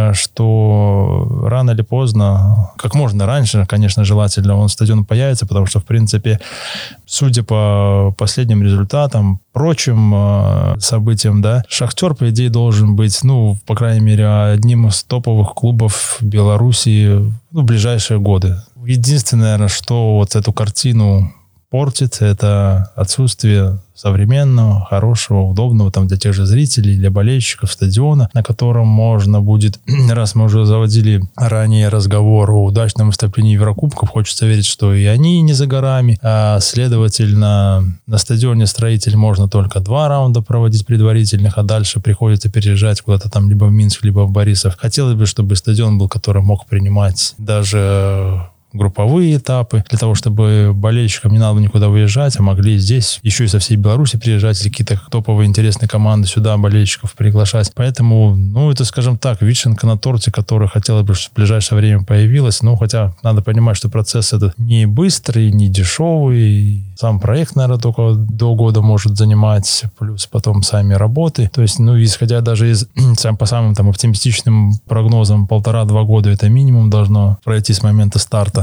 что рано или поздно, как можно раньше, конечно, желательно, он стадион появится, потому что, в принципе, судя по последним результатам, прочим событиям, да, «Шахтер», по идее, должен быть, ну, по крайней мере, одним из топовых клубов Беларуси ну, в ближайшие годы. Единственное, наверное, что вот эту картину портит, это отсутствие современного, хорошего, удобного там для тех же зрителей, для болельщиков стадиона, на котором можно будет, раз мы уже заводили ранее разговор о удачном выступлении Еврокубков, хочется верить, что и они не за горами, а, следовательно, на стадионе «Строитель» можно только два раунда проводить предварительных, а дальше приходится переезжать куда-то там либо в Минск, либо в Борисов. Хотелось бы, чтобы стадион был, который мог принимать даже групповые этапы, для того, чтобы болельщикам не надо было никуда выезжать, а могли здесь еще и со всей Беларуси приезжать, какие-то топовые интересные команды сюда болельщиков приглашать. Поэтому, ну, это, скажем так, вишенка на торте, которая хотелось бы, чтобы в ближайшее время появилась. Ну, хотя надо понимать, что процесс этот не быстрый, не дешевый. Сам проект, наверное, только до года может занимать, плюс потом сами работы. То есть, ну, исходя даже из, сам, по самым там оптимистичным прогнозам, полтора-два года это минимум должно пройти с момента старта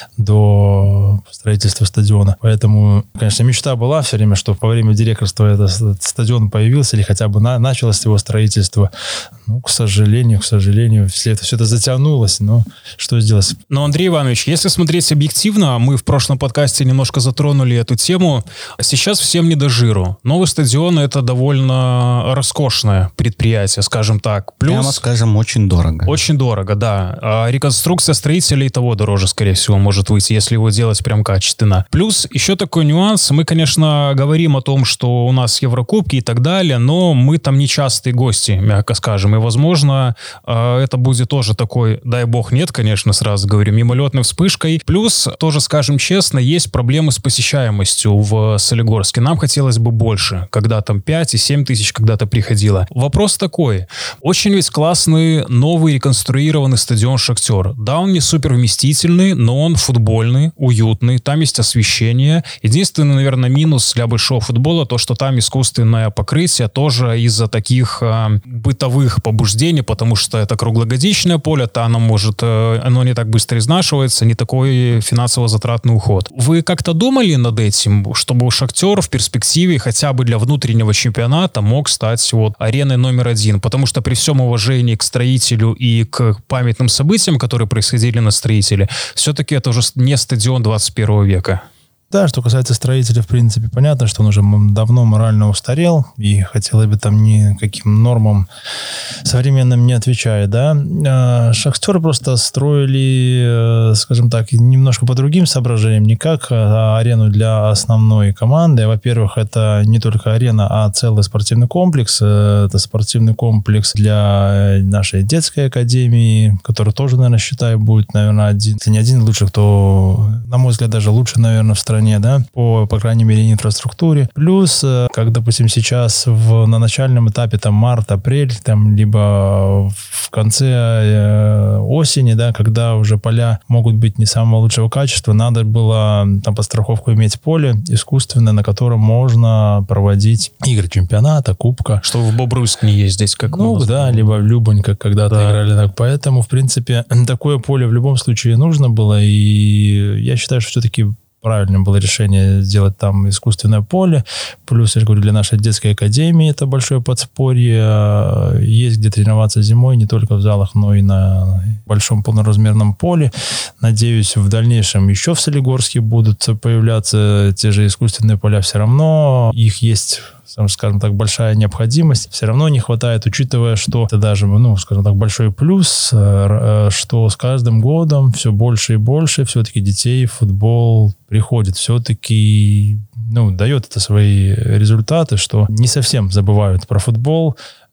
до строительства стадиона. Поэтому, конечно, мечта была все время, что во время директорства этот стадион появился или хотя бы на, началось его строительство. Ну, к сожалению, к сожалению, все это, все это затянулось, но что сделать? Но, Андрей Иванович, если смотреть объективно, мы в прошлом подкасте немножко затронули эту тему, сейчас всем не до жиру. Новый стадион — это довольно роскошное предприятие, скажем так. Плюс, прямо скажем, очень дорого. Очень дорого, да. А реконструкция строителей того дороже, скорее всего, может выйти, если его делать прям качественно. Плюс еще такой нюанс. Мы, конечно, говорим о том, что у нас Еврокубки и так далее, но мы там нечастые гости, мягко скажем. И, возможно, это будет тоже такой, дай бог нет, конечно, сразу говорю, мимолетной вспышкой. Плюс, тоже скажем честно, есть проблемы с посещаемостью в Солигорске. Нам хотелось бы больше, когда там пять и семь тысяч когда-то приходило. Вопрос такой. Очень ведь классный новый реконструированный стадион «Шахтер». Да, он не супер вместительный, но он футбольный, уютный, там есть освещение. Единственный, наверное, минус для большого футбола то, что там искусственное покрытие тоже из-за таких э, бытовых побуждений, потому что это круглогодичное поле, то оно может, э, оно не так быстро изнашивается, не такой финансово затратный уход. Вы как-то думали над этим, чтобы «Шахтер» в перспективе хотя бы для внутреннего чемпионата мог стать вот ареной номер один? Потому что при всем уважении к строителю и к памятным событиям, которые происходили на строителе, все-таки это уже не стадион двадцать первого века. Да, что касается строителя, в принципе, понятно, что он уже давно морально устарел, и хотелось бы там никаким нормам современным не отвечает, да. «Шахтер» просто строили, скажем так, немножко по другим соображениям, не как арену для основной команды. Во-первых, это не только арена, а целый спортивный комплекс. Это спортивный комплекс для нашей детской академии, который тоже, наверное, считаю, будет, наверное, один, если не один лучших, то, на мой взгляд, даже лучше, наверное, в стране. Да, по, по крайней мере, инфраструктуре. Плюс, как, допустим, сейчас в, на начальном этапе, там, март-апрель, там, либо либо в конце осени, да, когда уже поля могут быть не самого лучшего качества, надо было там под страховку иметь поле искусственное, на котором можно проводить игры чемпионата, кубка. Что в Бобруйск не ездить, как Ну, да, либо в Любань, как когда-то да. играли. Так. Поэтому, в принципе, такое поле в любом случае нужно было, и я считаю, что все-таки правильное было решение сделать там искусственное поле. Плюс, я же говорю, для нашей детской академии это большое подспорье. Есть где тренироваться зимой, не только в залах, но и на большом полноразмерном поле. Надеюсь, в дальнейшем еще в Солигорске будут появляться те же искусственные поля. Все равно их есть, скажем так, большая необходимость. Все равно не хватает, учитывая, что это даже, ну, скажем так, большой плюс, что с каждым годом все больше и больше все-таки детей в футбол приходит. Все-таки, ну, дает это свои результаты, что не совсем забывают про футбол.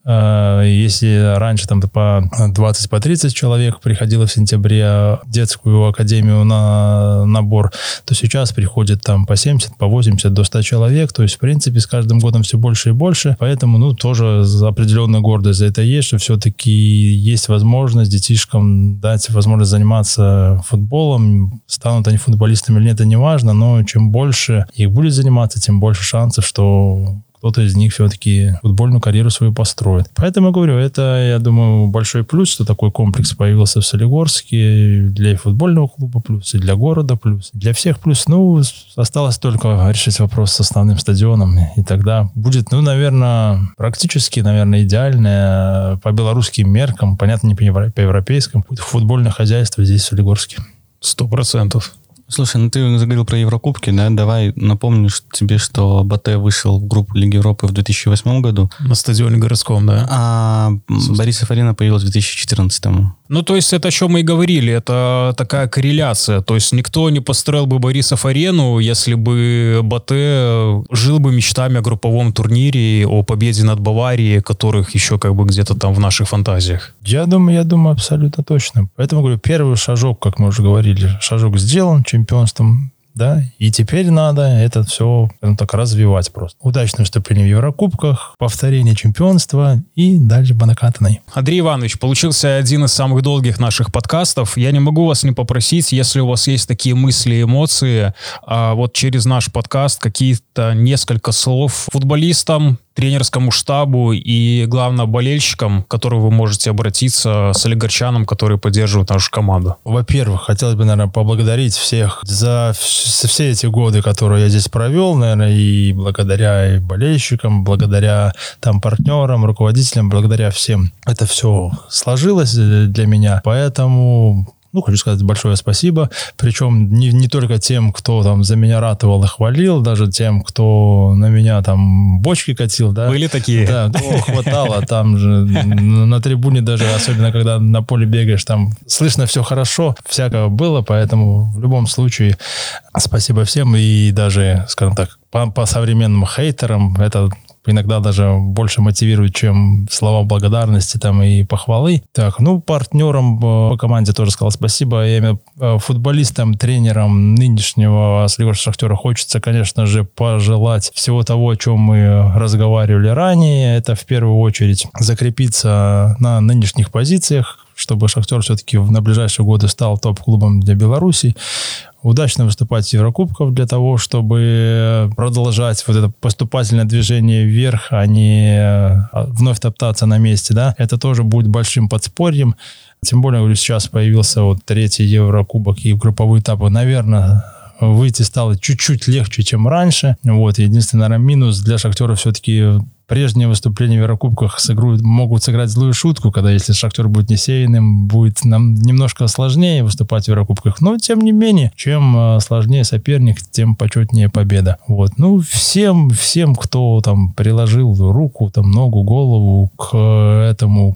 Если раньше там по двадцать, по тридцать человек приходило в сентябре в детскую академию на набор, то сейчас приходит там по семьдесят, по восемьдесят, до ста человек. То есть, в принципе, с каждым годом все больше и больше. Поэтому, ну, тоже определенная гордость за это есть, что все-таки есть возможность детишкам дать возможность заниматься футболом. Станут они футболистами или нет, это не важно, но чем больше их будет заниматься, тем больше шансов, что кто-то из них все-таки футбольную карьеру свою построит. Поэтому, говорю, это, я думаю, большой плюс, что такой комплекс появился в Солигорске. Для и футбольного клуба плюс, и для города плюс, для всех плюс. Ну, осталось только решить вопрос с основным стадионом. И тогда будет, ну, наверное, практически, наверное, идеальное по белорусским меркам, понятно, не по европейским, будет футбольное хозяйство здесь, в Солигорске. Сто процентов. Слушай, ну ты заговорил про Еврокубки, да? Давай напомню тебе, что БТ вышел в группу Лиги Европы в две тысячи восьмом году. На стадионе городском, да. А Борисов-Арена появилась в две тысячи четырнадцатом. Ну, то есть это, о чем мы и говорили, это такая корреляция. То есть никто не построил бы Борисов-Арену, если бы БТ жил бы мечтами о групповом турнире, о победе над Баварией, которых еще как бы где-то там в наших фантазиях. Я думаю, я думаю, абсолютно точно. Поэтому, говорю, первый шажок, как мы уже говорили, шажок сделан чемпионством, да, и теперь надо это все, скажем так, развивать просто. Удачное выступление в Еврокубках, повторение чемпионства и дальше по накатанной. Андрей Иванович, получился один из самых долгих наших подкастов. Я не могу вас не попросить, если у вас есть такие мысли и эмоции, а вот через наш подкаст какие-то несколько слов футболистам, тренерскому штабу и, главное, болельщикам, к которым вы можете обратиться, солигорчанам, которые поддерживают нашу команду. Во-первых, хотелось бы, наверное, поблагодарить всех за все эти годы, которые я здесь провел, наверное, и благодаря и болельщикам, благодаря там партнерам, руководителям, благодаря всем. Это все сложилось для меня, поэтому... Ну, хочу сказать большое спасибо. Причем не, не только тем, кто там за меня ратовал и хвалил, даже тем, кто на меня там бочки катил. Да? Были такие? Да, ну, хватало. Там же на трибуне даже, особенно когда на поле бегаешь, там слышно все хорошо. Всякого было, поэтому в любом случае спасибо всем. И даже, скажем так, по, по современным хейтерам это... иногда даже больше мотивирует, чем слова благодарности там и похвалы. Так, ну, партнерам по команде тоже сказал спасибо. Я имею футболистам, тренерам нынешнего Солигорского Шахтера хочется, конечно же, пожелать всего того, о чем мы разговаривали ранее. Это в первую очередь закрепиться на нынешних позициях, чтобы Шахтер все-таки на ближайшие годы стал топ-клубом для Беларуси. Удачно выступать в Еврокубках для того, чтобы продолжать вот это поступательное движение вверх, а не вновь топтаться на месте, да. Это тоже будет большим подспорьем. Тем более, говорю, сейчас появился вот третий Еврокубок и в групповые этапы, наверное, выйти стало чуть-чуть легче, чем раньше. Вот, единственный, наверное, минус для Шахтера все-таки прежние выступления в Еврокубках сыграют, могут сыграть злую шутку, когда если Шахтер будет несеянным, будет нам немножко сложнее выступать в Еврокубках. Но, тем не менее, чем сложнее соперник, тем почетнее победа. Вот. Ну, всем, всем, кто там приложил руку, там, ногу, голову к этому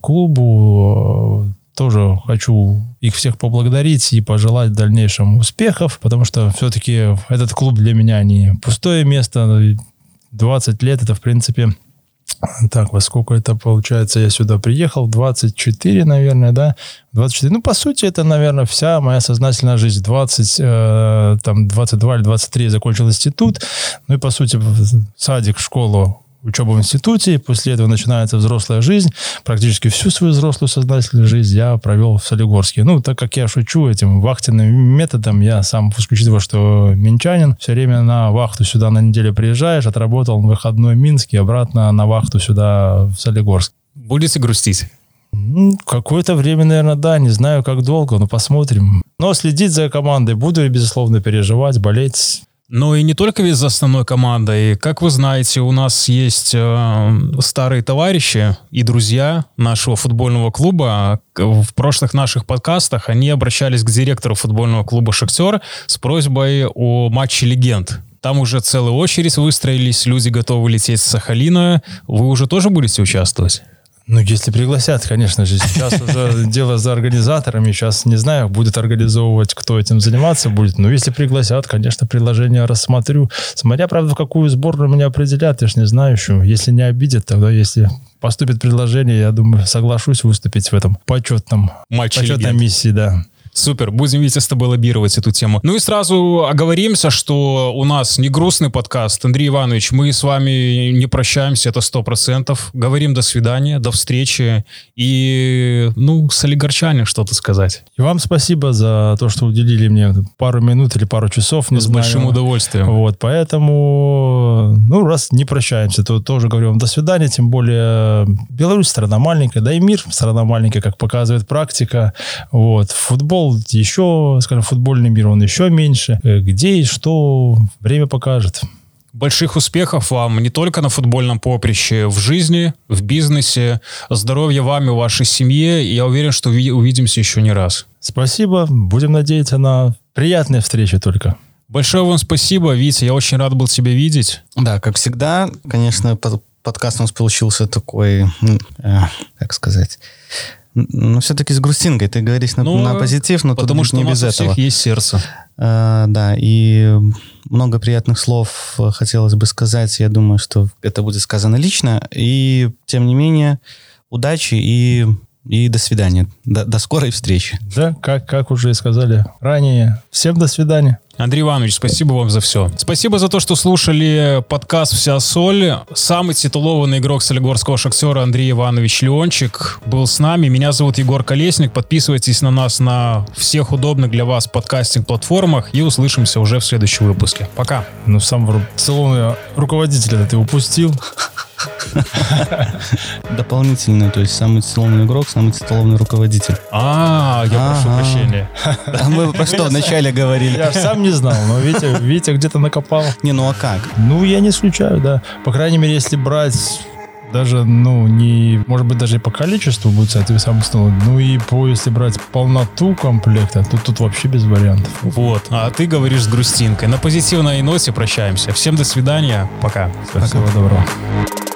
клубу, тоже хочу их всех поблагодарить и пожелать в дальнейшем успехов, потому что все-таки этот клуб для меня не пустое место. двадцать лет это, в принципе... Так, во сколько это получается? Я сюда приехал, двадцать четыре, наверное, да? двадцать четыре. Ну, по сути, это, наверное, вся моя сознательная жизнь. двадцать, э, там, двадцать два или двадцать три я закончил институт. Ну, и, по сути, садик, школу учеба в институте, после этого начинается взрослая жизнь. Практически всю свою взрослую сознательную жизнь я провел в Солигорске. Ну, так как я шучу этим вахтенным методом, я сам, учитывая, что минчанин, все время на вахту сюда на неделю приезжаешь, отработал выходной Минск и обратно на вахту сюда в Солигорск. Будете грустить? Какое-то время, наверное, да. Не знаю, как долго, но посмотрим. Но следить за командой буду и, безусловно, переживать, болеть. Ну и не только ведь за основной командой. Как вы знаете, у нас есть э, старые товарищи и друзья нашего футбольного клуба. В прошлых наших подкастах они обращались к директору футбольного клуба «Шахтер» с просьбой о матче легенд. Там уже целая очередь выстроились, люди готовы лететь с Сахалина. Вы уже тоже будете участвовать? Ну, если пригласят, конечно же. Сейчас уже дело за организаторами. Сейчас не знаю, будет организовывать, кто этим заниматься будет. Но если пригласят, конечно, предложение рассмотрю. Смотря, правда, в какую сборную меня определят, я ж не знаю еще. Если не обидят, тогда если поступит предложение, я думаю, соглашусь выступить в этом почетном, Матче почетной легенд. миссии, да. Супер, будем, Витя, с тобой лоббировать эту тему. Ну и сразу оговоримся, что у нас не грустный подкаст. Андрей Иванович, мы с вами не прощаемся, это сто процентов. Говорим до свидания, до встречи. И, ну, солигорчане что-то сказать. И вам спасибо за то, что уделили мне пару минут или пару часов, не С знаю. большим удовольствием. Вот, поэтому, ну, раз не прощаемся, то тоже говорю вам до свидания, тем более Беларусь страна маленькая, да и мир страна маленькая, как показывает практика. Вот, футбол еще, скажем, футбольный мир, он еще меньше. Где и что, время покажет. Больших успехов вам не только на футбольном поприще, в жизни, в бизнесе. Здоровья вам и вашей семье. И я уверен, что увидимся еще не раз. Спасибо. Будем надеяться на приятные встречи только. Большое вам спасибо, Витя. Я очень рад был тебя видеть. Да, как всегда, конечно, под, подкаст у нас получился такой, э, как сказать... Ну, все-таки с грустинкой. Ты говоришь на, ну, на позитив, но потому тут что не у нас без у этого. всех есть сердце. А, да, и много приятных слов хотелось бы сказать. Я думаю, что это будет сказано лично. И, тем не менее, удачи и, и до свидания. До, до скорой встречи. Да, как, как уже и сказали ранее. Всем до свидания. Андрей Иванович, спасибо вам за все. Спасибо за то, что слушали подкаст «Вся соль». Самый титулованный игрок солигорского «Шахтера» Андрей Иванович Леончик был с нами. Меня зовут Егор Колесник. Подписывайтесь на нас на всех удобных для вас подкастинг-платформах и услышимся уже в следующем выпуске. Пока. Ну, сам целый руководитель ты упустил. Дополнительно, то есть самый титулованный игрок, самый титулованный руководитель. А, я прошу прощения. А мы про что вначале говорили? Я сам не знал, но Витя, Витя где-то накопал. Не, ну а как? Ну, я не исключаю, да. По крайней мере, если брать даже, ну, не... Может быть, даже и по количеству будет соответственно. Ну, и по, если брать полноту комплекта, то тут вообще без вариантов. Вот. А ты говоришь с грустинкой. На позитивной ноте прощаемся. Всем до свидания. Пока. Всего доброго.